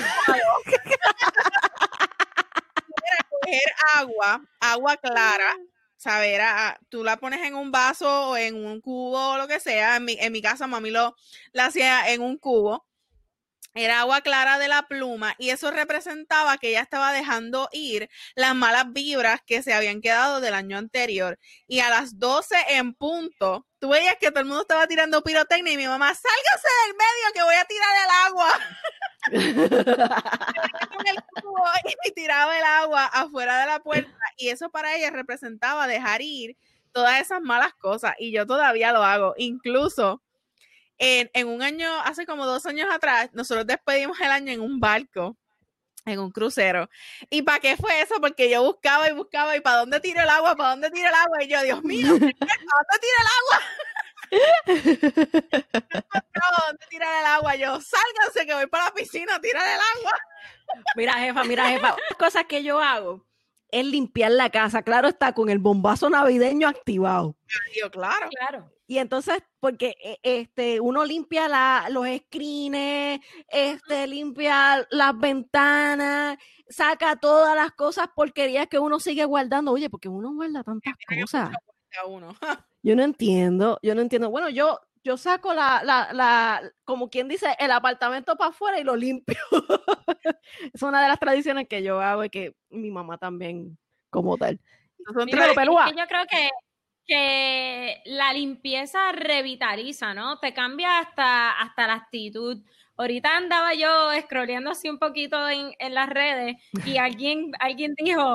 era coger agua clara, ¿sabes? Tú la pones en un vaso o en un cubo o lo que sea. En mi casa mami la hacía en un cubo. Era agua clara de la pluma y eso representaba que ella estaba dejando ir las malas vibras que se habían quedado del año anterior. Y a las 12 en punto, tú veías que todo el mundo estaba tirando pirotecnia y mi mamá, sálgase del medio que voy a tirar el agua. Con el cubo y tiraba el agua afuera de la puerta y eso para ella representaba dejar ir todas esas malas cosas y yo todavía lo hago. Incluso en un año, hace como 2 años atrás, nosotros despedimos el año en un barco, en un crucero. ¿Y para qué fue eso? Porque yo buscaba y ¿para dónde tiro el agua? ¿Para dónde tiro el agua? Y yo, Dios mío, ¿para dónde tiro el agua? ¿Para dónde tirar el agua? Yo, sálganse que voy para la piscina a tirar el agua. Mira, jefa, las cosas que yo hago es limpiar la casa, claro está, con el bombazo navideño activado. Yo, claro. Y entonces, porque uno limpia los screens, limpia las ventanas, saca todas las cosas porquerías que uno sigue guardando. Oye, porque uno guarda tantas cosas. Yo no entiendo. Bueno, yo saco como quien dice, el apartamento para afuera y lo limpio. Es una de las tradiciones que yo hago y que mi mamá también, como tal. Dímelo, Pelúa. Yo creo que la limpieza revitaliza, ¿no? Te cambia hasta la actitud. Ahorita andaba yo scrolleando así un poquito en las redes y alguien dijo,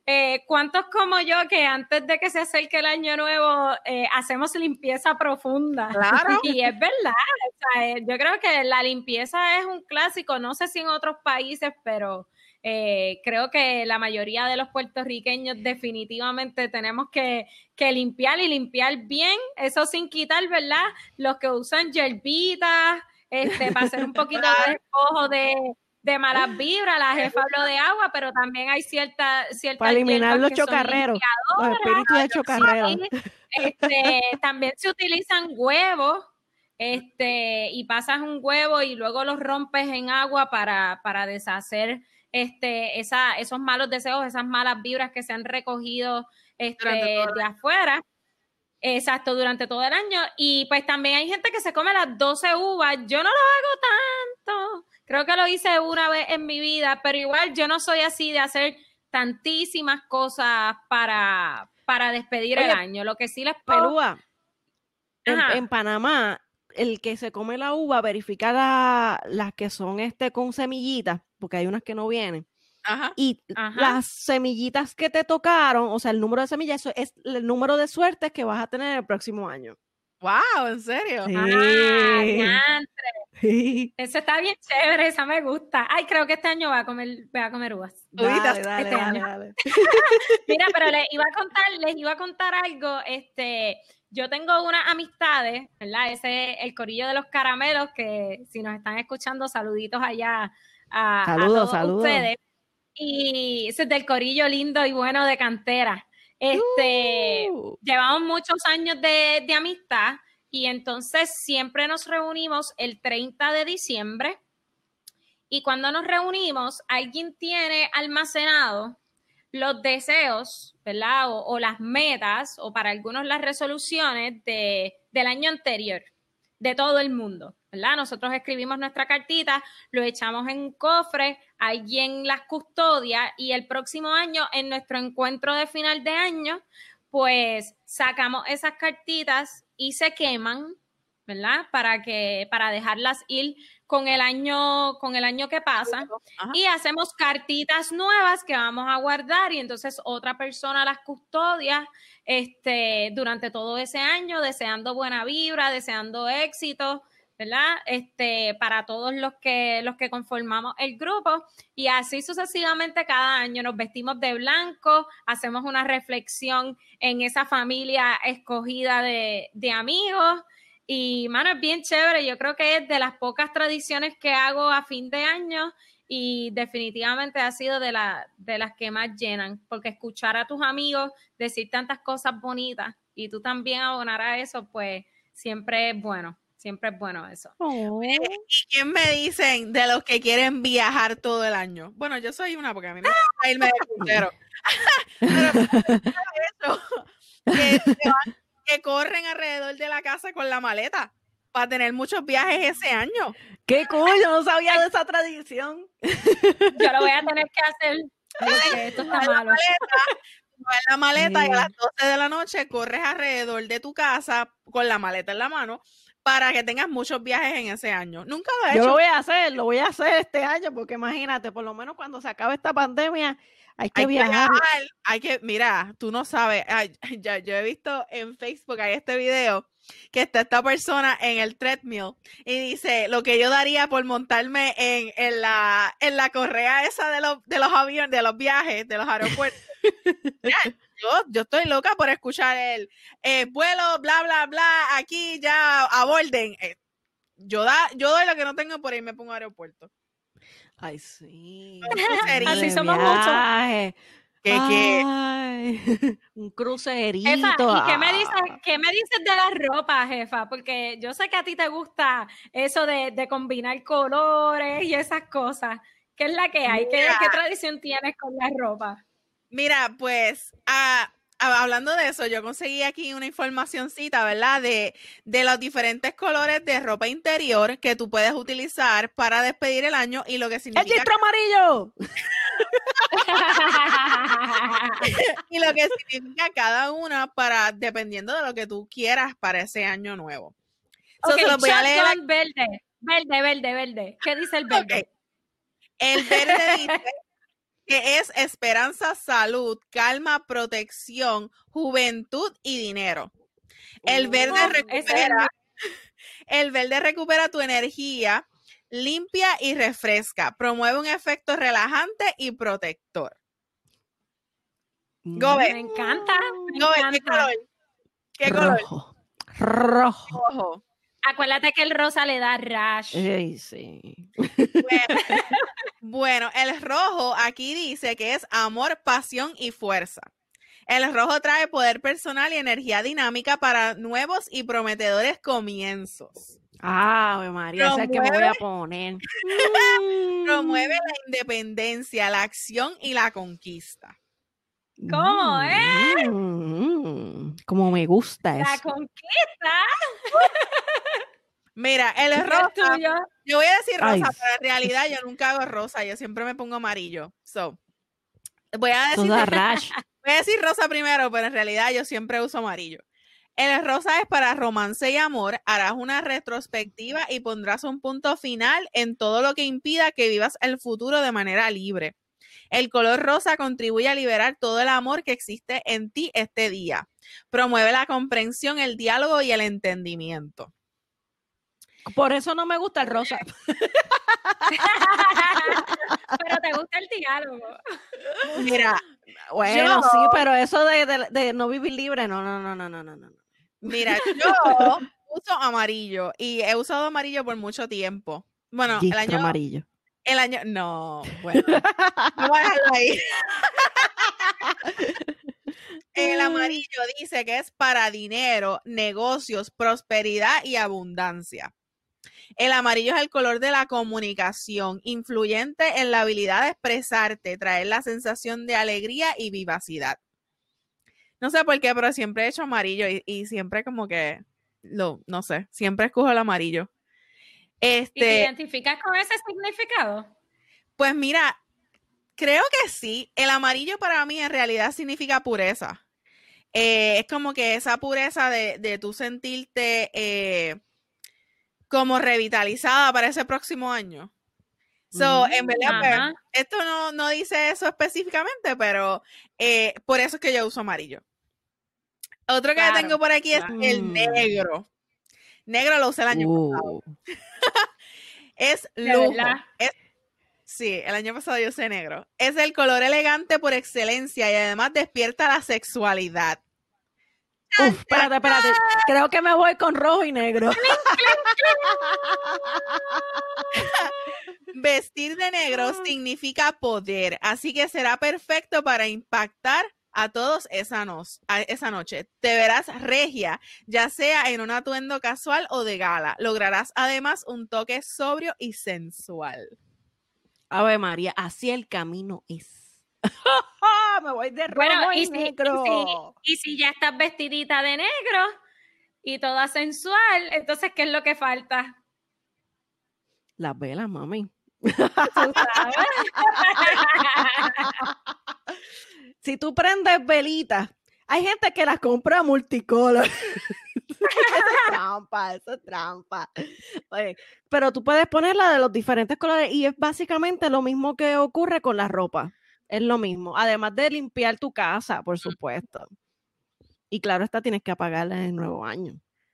¿cuántos como yo que antes de que se acerque el año nuevo hacemos limpieza profunda? Claro. Y es verdad, o sea, yo creo que la limpieza es un clásico, no sé si en otros países, pero creo que la mayoría de los puertorriqueños definitivamente tenemos que limpiar y limpiar bien, eso sin quitar, ¿verdad? Los que usan yerbitas, para hacer un poquito de despojo de malas vibras, la jefa habló de agua, pero también hay ciertas para eliminar los que son chocarreros, los espíritus de chocarreros. También se utilizan huevos, y pasas un huevo y luego los rompes en agua para deshacer esos malos deseos, esas malas vibras que se han recogido de afuera. Exacto, durante todo el año. Y pues también hay gente que se come las 12 uvas. Yo no lo hago tanto. Creo que lo hice una vez en mi vida, pero igual yo no soy así de hacer tantísimas cosas para despedir el año. Lo que sí les puedo... Pelúa, en Panamá, el que se come la uva verifica las que son con semillitas, porque hay unas que no vienen. Ajá. Y las semillitas que te tocaron, o sea, el número de semillas, eso es el número de suertes que vas a tener el próximo año. ¡Wow! ¿En serio? Sí. Sí. Eso está bien chévere, esa me gusta. Ay, creo que este año voy a comer uvas. Dale. Mira, pero les iba a contar algo. Yo tengo unas amistades, ¿verdad? Ese es el corillo de los caramelos, que si nos están escuchando, saluditos allá a todos ustedes. Y ese es del corillo lindo y bueno de cantera. Llevamos muchos años de amistad y entonces siempre nos reunimos el 30 de diciembre y cuando nos reunimos alguien tiene almacenado los deseos, ¿verdad? O las metas o para algunos las resoluciones del año anterior de todo el mundo, ¿verdad? Nosotros escribimos nuestra cartita, lo echamos en un cofre, alguien las custodia y el próximo año en nuestro encuentro de final de año, pues sacamos esas cartitas y se queman, ¿verdad? Para dejarlas ir con el año que pasa. Ajá. Y hacemos cartitas nuevas que vamos a guardar y entonces otra persona las custodia durante todo ese año, deseando buena vibra, deseando éxito, ¿verdad? Para todos los que conformamos el grupo y así sucesivamente cada año nos vestimos de blanco, hacemos una reflexión en esa familia escogida de amigos y, mano, es bien chévere. Yo creo que es de las pocas tradiciones que hago a fin de año y definitivamente ha sido de las que más llenan, porque escuchar a tus amigos decir tantas cosas bonitas y tú también abonar a eso, pues siempre es bueno. Siempre es bueno eso. ¿Y quién me dicen de los que quieren viajar todo el año? Bueno, yo soy una porque a mí me gusta irme de crucero. Pero que corren alrededor de la casa con la maleta para tener muchos viajes ese año. ¡Qué cool! Yo no sabía de esa tradición. Yo lo voy a tener que hacer. Esto está malo. La maleta y a las 12 de la noche corres alrededor de tu casa con la maleta en la mano para que tengas muchos viajes en ese año. Nunca lo he hecho. Yo lo voy a hacer este año porque imagínate, por lo menos cuando se acabe esta pandemia hay que viajar. Mira, tú no sabes, yo he visto en Facebook, hay este video que está esta persona en el treadmill y dice, lo que yo daría por montarme en la correa esa de los aviones, de los viajes, de los aeropuertos. Mira, yo estoy loca por escuchar el vuelo, bla, bla, bla, aquí ya aborden. Yo doy lo que no tengo por irme por un aeropuerto. Ay, sí. Así somos muchos. Un crucerito. Jefa, ¿y qué me dices de la ropa, jefa? Porque yo sé que a ti te gusta eso de combinar colores y esas cosas. ¿Qué es la que hay? ¿Qué tradición tienes con la ropa? Mira, pues hablando de eso, yo conseguí aquí una informacioncita, ¿verdad? De los diferentes colores de ropa interior que tú puedes utilizar para despedir el año y lo que significa... ¡El chistro amarillo! Y lo que significa cada una dependiendo de lo que tú quieras para ese año nuevo. Okay, se los voy a leer. Verde. ¿Qué dice el verde? Okay. El verde dice... que es esperanza, salud, calma, protección, juventud y dinero. El verde recupera tu energía, limpia y refresca, promueve un efecto relajante y protector. Gobe. Me encanta. Gobe, ¿qué color? Rojo. Acuérdate que el rosa le da rash. Sí. Bueno, el rojo aquí dice que es amor, pasión y fuerza. El rojo trae poder personal y energía dinámica para nuevos y prometedores comienzos. María, ese es el que me voy a poner. Promueve la independencia, la acción y la conquista. ¿Cómo, Como me gusta eso. La conquista. Mira, el rosa, yo voy a decir rosa, Ay. pero en realidad yo nunca hago rosa, yo siempre me pongo amarillo. Voy a decir rosa primero, pero en realidad yo siempre uso amarillo. El rosa es para romance y amor. Harás una retrospectiva y pondrás un punto final en todo lo que impida que vivas el futuro de manera libre. El color rosa contribuye a liberar todo el amor que existe en ti este día. Promueve la comprensión, el diálogo y el entendimiento. Por eso no me gusta el rosa. Pero te gusta el diálogo. Mira, bueno, sí, pero eso de no vivir libre, no. Mira, yo uso amarillo y he usado amarillo por mucho tiempo. Bueno, amarillo. No, bueno, vamos a dejarlo ahí. El amarillo dice que es para dinero, negocios, prosperidad y abundancia. El amarillo es el color de la comunicación, influyente en la habilidad de expresarte, traer la sensación de alegría y vivacidad. No sé por qué, pero siempre he hecho amarillo y siempre como que, no sé, siempre escojo el amarillo. ¿Y te identificas con ese significado? Pues mira, creo que sí. El amarillo para mí en realidad significa pureza. Es como que esa pureza de tú sentirte como revitalizada para ese próximo año. En verdad, pues, esto no dice eso específicamente, pero por eso es que yo uso amarillo. Otro que tengo por aquí es el negro. Negro lo usé el año pasado. Es lujo. Sí, el año pasado yo usé negro. Es el color elegante por excelencia y además despierta la sexualidad. Espérate. Creo que me voy con rojo y negro. Vestir de negro significa poder, así que será perfecto para impactar a todos esa noche. Te verás regia, ya sea en un atuendo casual o de gala. Lograrás además un toque sobrio y sensual. Ave María, así el camino es. Me voy de rojo y negro. Y si ya estás vestidita de negro y toda sensual, entonces, ¿qué es lo que falta? Las velas, mami. ¿Tú sabes? Si tú prendes velitas, hay gente que las compra multicolor. Eso es trampa. Oye, pero tú puedes ponerla de los diferentes colores y es básicamente lo mismo que ocurre con la ropa. Es lo mismo. Además de limpiar tu casa, por supuesto. Y claro, esta tienes que apagarla en el nuevo año.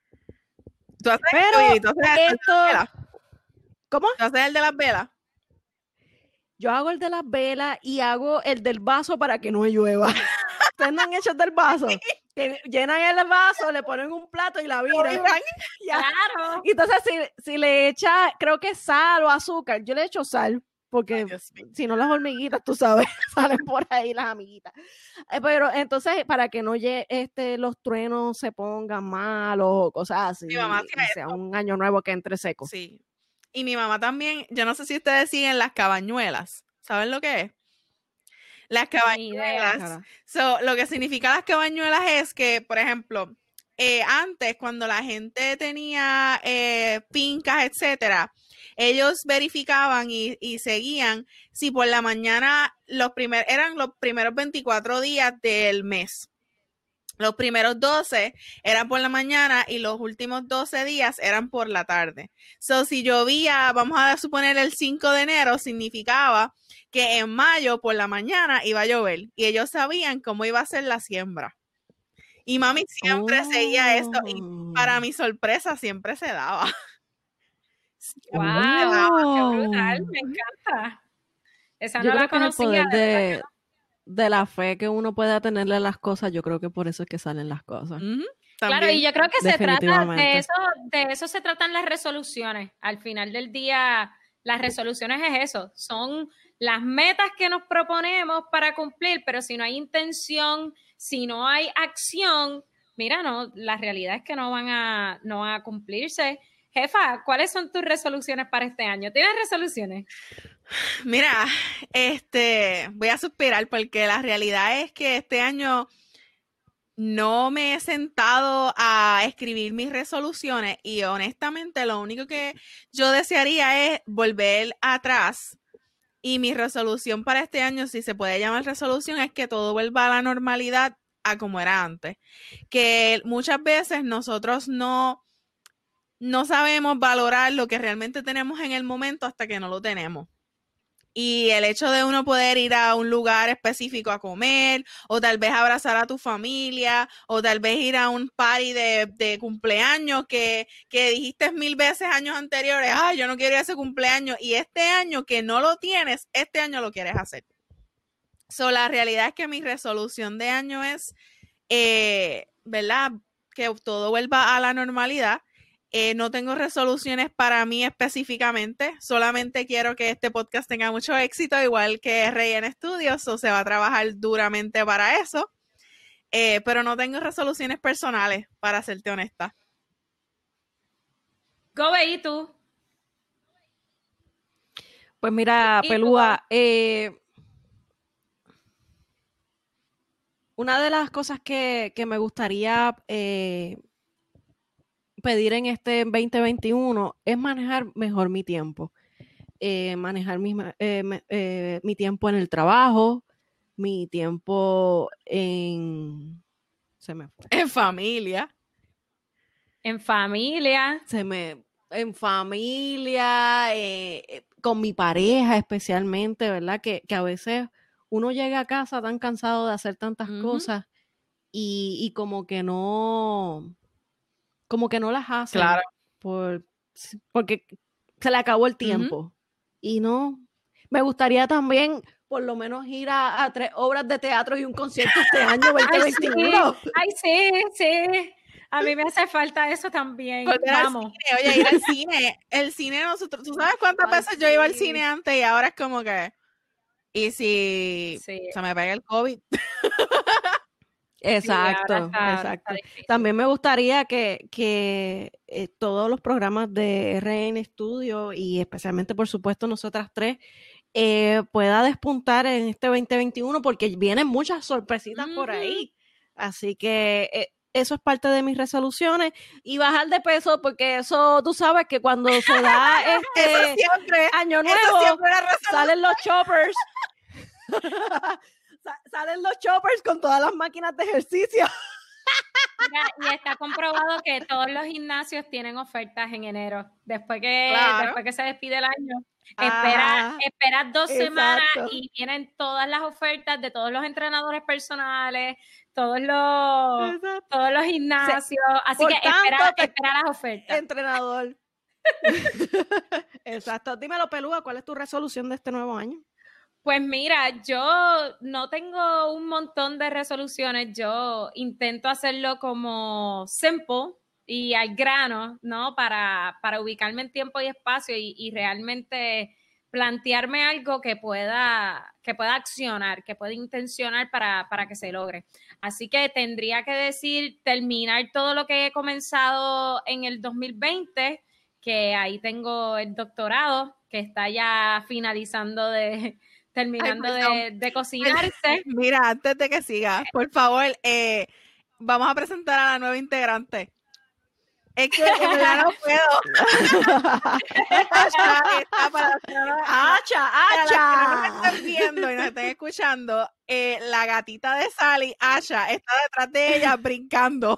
¿Cómo? ¿Tú haces el de las velas? Yo hago el de las velas y hago el del vaso para que no llueva. ¿Ustedes no han hecho el del vaso? Que llenan el vaso, le ponen un plato y la viran. Claro. Y entonces si le echa, creo que sal o azúcar, yo le echo sal, porque si no las hormiguitas, tú sabes, salen por ahí las amiguitas. Pero entonces, para que no los truenos se pongan malos o cosas así, sea un año nuevo que entre seco. Sí. Y mi mamá también, yo no sé si ustedes siguen las cabañuelas. ¿Saben lo que es? Las cabañuelas. Lo que significa las cabañuelas es que, por ejemplo, antes cuando la gente tenía fincas, etcétera, ellos verificaban y seguían si por la mañana eran los primeros 24 días del mes. Los primeros 12 eran por la mañana y los últimos 12 días eran por la tarde. So, si llovía, vamos a suponer el 5 de enero, significaba que en mayo por la mañana iba a llover y ellos sabían cómo iba a ser la siembra. Y mami siempre seguía esto y para mi sorpresa siempre se daba. ¡Wow! ¡Qué brutal! Me encanta. Esa no la conocía. El poder de la fe que uno pueda tenerle a las cosas, yo creo que por eso es que salen las cosas. Claro, y yo creo que se trata de eso se tratan las resoluciones. Al final del día, las resoluciones es eso, son las metas que nos proponemos para cumplir, pero si no hay intención, si no hay acción, mira, no, la realidad es que no van a cumplirse. Jefa, ¿cuáles son tus resoluciones para este año? ¿Tienes resoluciones? Mira, voy a suspirar porque la realidad es que este año no me he sentado a escribir mis resoluciones y honestamente lo único que yo desearía es volver atrás y mi resolución para este año, si se puede llamar resolución, es que todo vuelva a la normalidad a como era antes. Que muchas veces nosotros no sabemos valorar lo que realmente tenemos en el momento hasta que no lo tenemos. Y el hecho de uno poder ir a un lugar específico a comer, o tal vez abrazar a tu familia, o tal vez ir a un party de cumpleaños que dijiste 1000 veces años anteriores, ay, yo no quiero ir a ese cumpleaños, y este año que no lo tienes, este año lo quieres hacer. So, la realidad es que mi resolución de año es, ¿verdad? Que todo vuelva a la normalidad. No tengo resoluciones para mí específicamente, solamente quiero que este podcast tenga mucho éxito, igual que RN Studios, o se va a trabajar duramente para eso, pero no tengo resoluciones personales, para serte honesta. Gobe, ¿y tú? Pues mira, Pelúa, una de las cosas que me gustaría pedir en este 2021 es manejar mejor mi tiempo. Manejar mi tiempo en el trabajo, mi tiempo en... Se me fue. En familia. En familia. En familia, con mi pareja especialmente, ¿verdad? Que a veces uno llega a casa tan cansado de hacer tantas cosas y como que no las hace. Claro. Porque se le acabó el tiempo. Y no, me gustaría también por lo menos ir a 3 obras de teatro y un concierto este año 2021. Ay, sí. A mí me hace falta eso también. Vamos. Oye, ir al cine. El cine, nosotros, ¿tú sabes cuántas veces yo iba al cine antes y ahora es como que... ¿Y si se me pega el COVID? Exacto. También me gustaría que todos los programas de RN Studio y especialmente, por supuesto, nosotras 3, pueda despuntar en este 2021 porque vienen muchas sorpresitas por ahí. Así que eso es parte de mis resoluciones y bajar de peso porque eso, tú sabes que cuando se da año nuevo, salen los choppers. Salen los choppers con todas las máquinas de ejercicio. Mira, y está comprobado que todos los gimnasios tienen ofertas en enero. Después que se despide el año, esperas 2 semanas y vienen todas las ofertas de todos los entrenadores personales, todos los gimnasios. Así que espera las ofertas. Entrenador. Exacto. Dímelo, Pelúa, ¿cuál es tu resolución de este nuevo año? Pues mira, yo no tengo un montón de resoluciones, yo intento hacerlo como simple y al grano, ¿no? Para ubicarme en tiempo y espacio y realmente plantearme algo que pueda accionar, que pueda intencionar para que se logre. Así que tendría que decir terminar todo lo que he comenzado en el 2020, que ahí tengo el doctorado, que está ya terminando de cocinarse. Mira, antes de que sigas, por favor, vamos a presentar a la nueva integrante. Es que ya no puedo. Está para ¡Acha! que no me estén viendo y nos estén escuchando, la gatita de Sally, Asha, está detrás de ella brincando.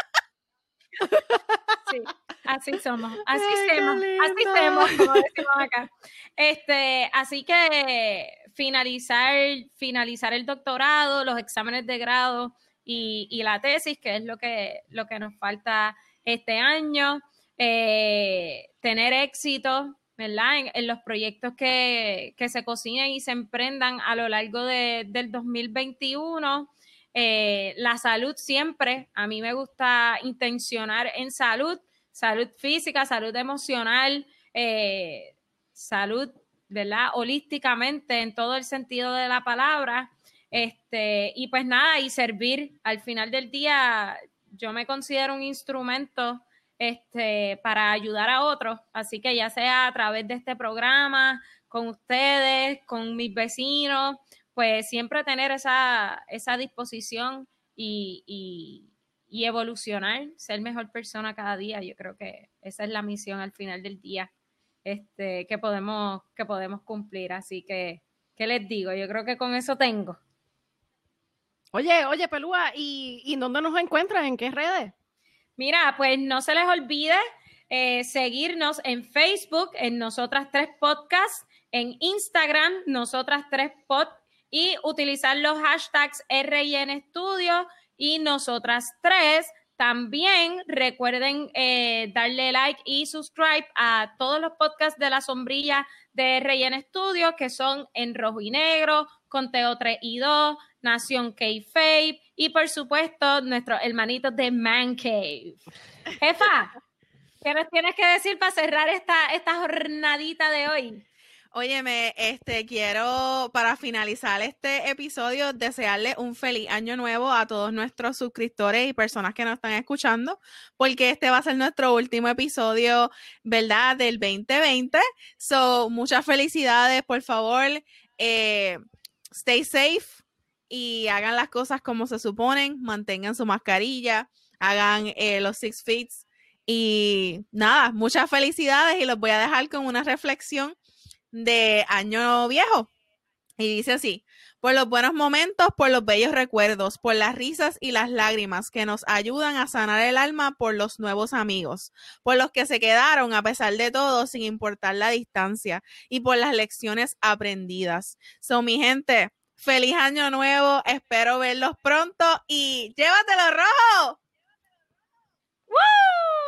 Sí, así somos, así somos, como decimos acá. Así que finalizar el doctorado, los exámenes de grado y la tesis, que es lo que nos falta este año, tener éxito, ¿verdad? En los proyectos que se cocinen y se emprendan a lo largo del 2021. La salud siempre, a mí me gusta intencionar en salud física, salud emocional, salud, ¿verdad? Holísticamente en todo el sentido de la palabra. Y pues nada, y servir. Al final del día, yo me considero un instrumento para ayudar a otros, así que ya sea a través de este programa, con ustedes, con mis vecinos, pues siempre tener esa disposición y evolucionar, ser mejor persona cada día. Yo creo que esa es la misión al final del día que podemos cumplir. Así que, ¿qué les digo? Yo creo que con eso tengo. Oye, Pelúa, ¿y dónde nos encuentran? ¿En qué redes? Mira, pues no se les olvide seguirnos en Facebook, en Nosotras Tres Podcasts, en Instagram, Nosotras Tres Pod, y utilizar los hashtags RIN Studio y Nosotras Tres. También recuerden darle like y subscribe a todos los podcasts de la sombrilla de RIN Studio, que son En Rojo y Negro, Conteo 3 y 2, Nación K-Fape y por supuesto nuestros hermanitos de Man Cave. Jefa, ¿qué nos tienes que decir para cerrar esta jornadita de hoy? Óyeme, quiero para finalizar este episodio desearle un feliz año nuevo a todos nuestros suscriptores y personas que nos están escuchando, porque este va a ser nuestro último episodio, ¿verdad? Del 2020. So, muchas felicidades, por favor, stay safe y hagan las cosas como se suponen, mantengan su mascarilla, hagan los 6 feet y nada, muchas felicidades y los voy a dejar con una reflexión de año viejo. Y dice así: por los buenos momentos, por los bellos recuerdos, por las risas y las lágrimas que nos ayudan a sanar el alma, por los nuevos amigos, por los que se quedaron a pesar de todo sin importar la distancia y por las lecciones aprendidas. So, mi gente, feliz año nuevo, espero verlos pronto y ¡llévatelo rojo! ¡Woo!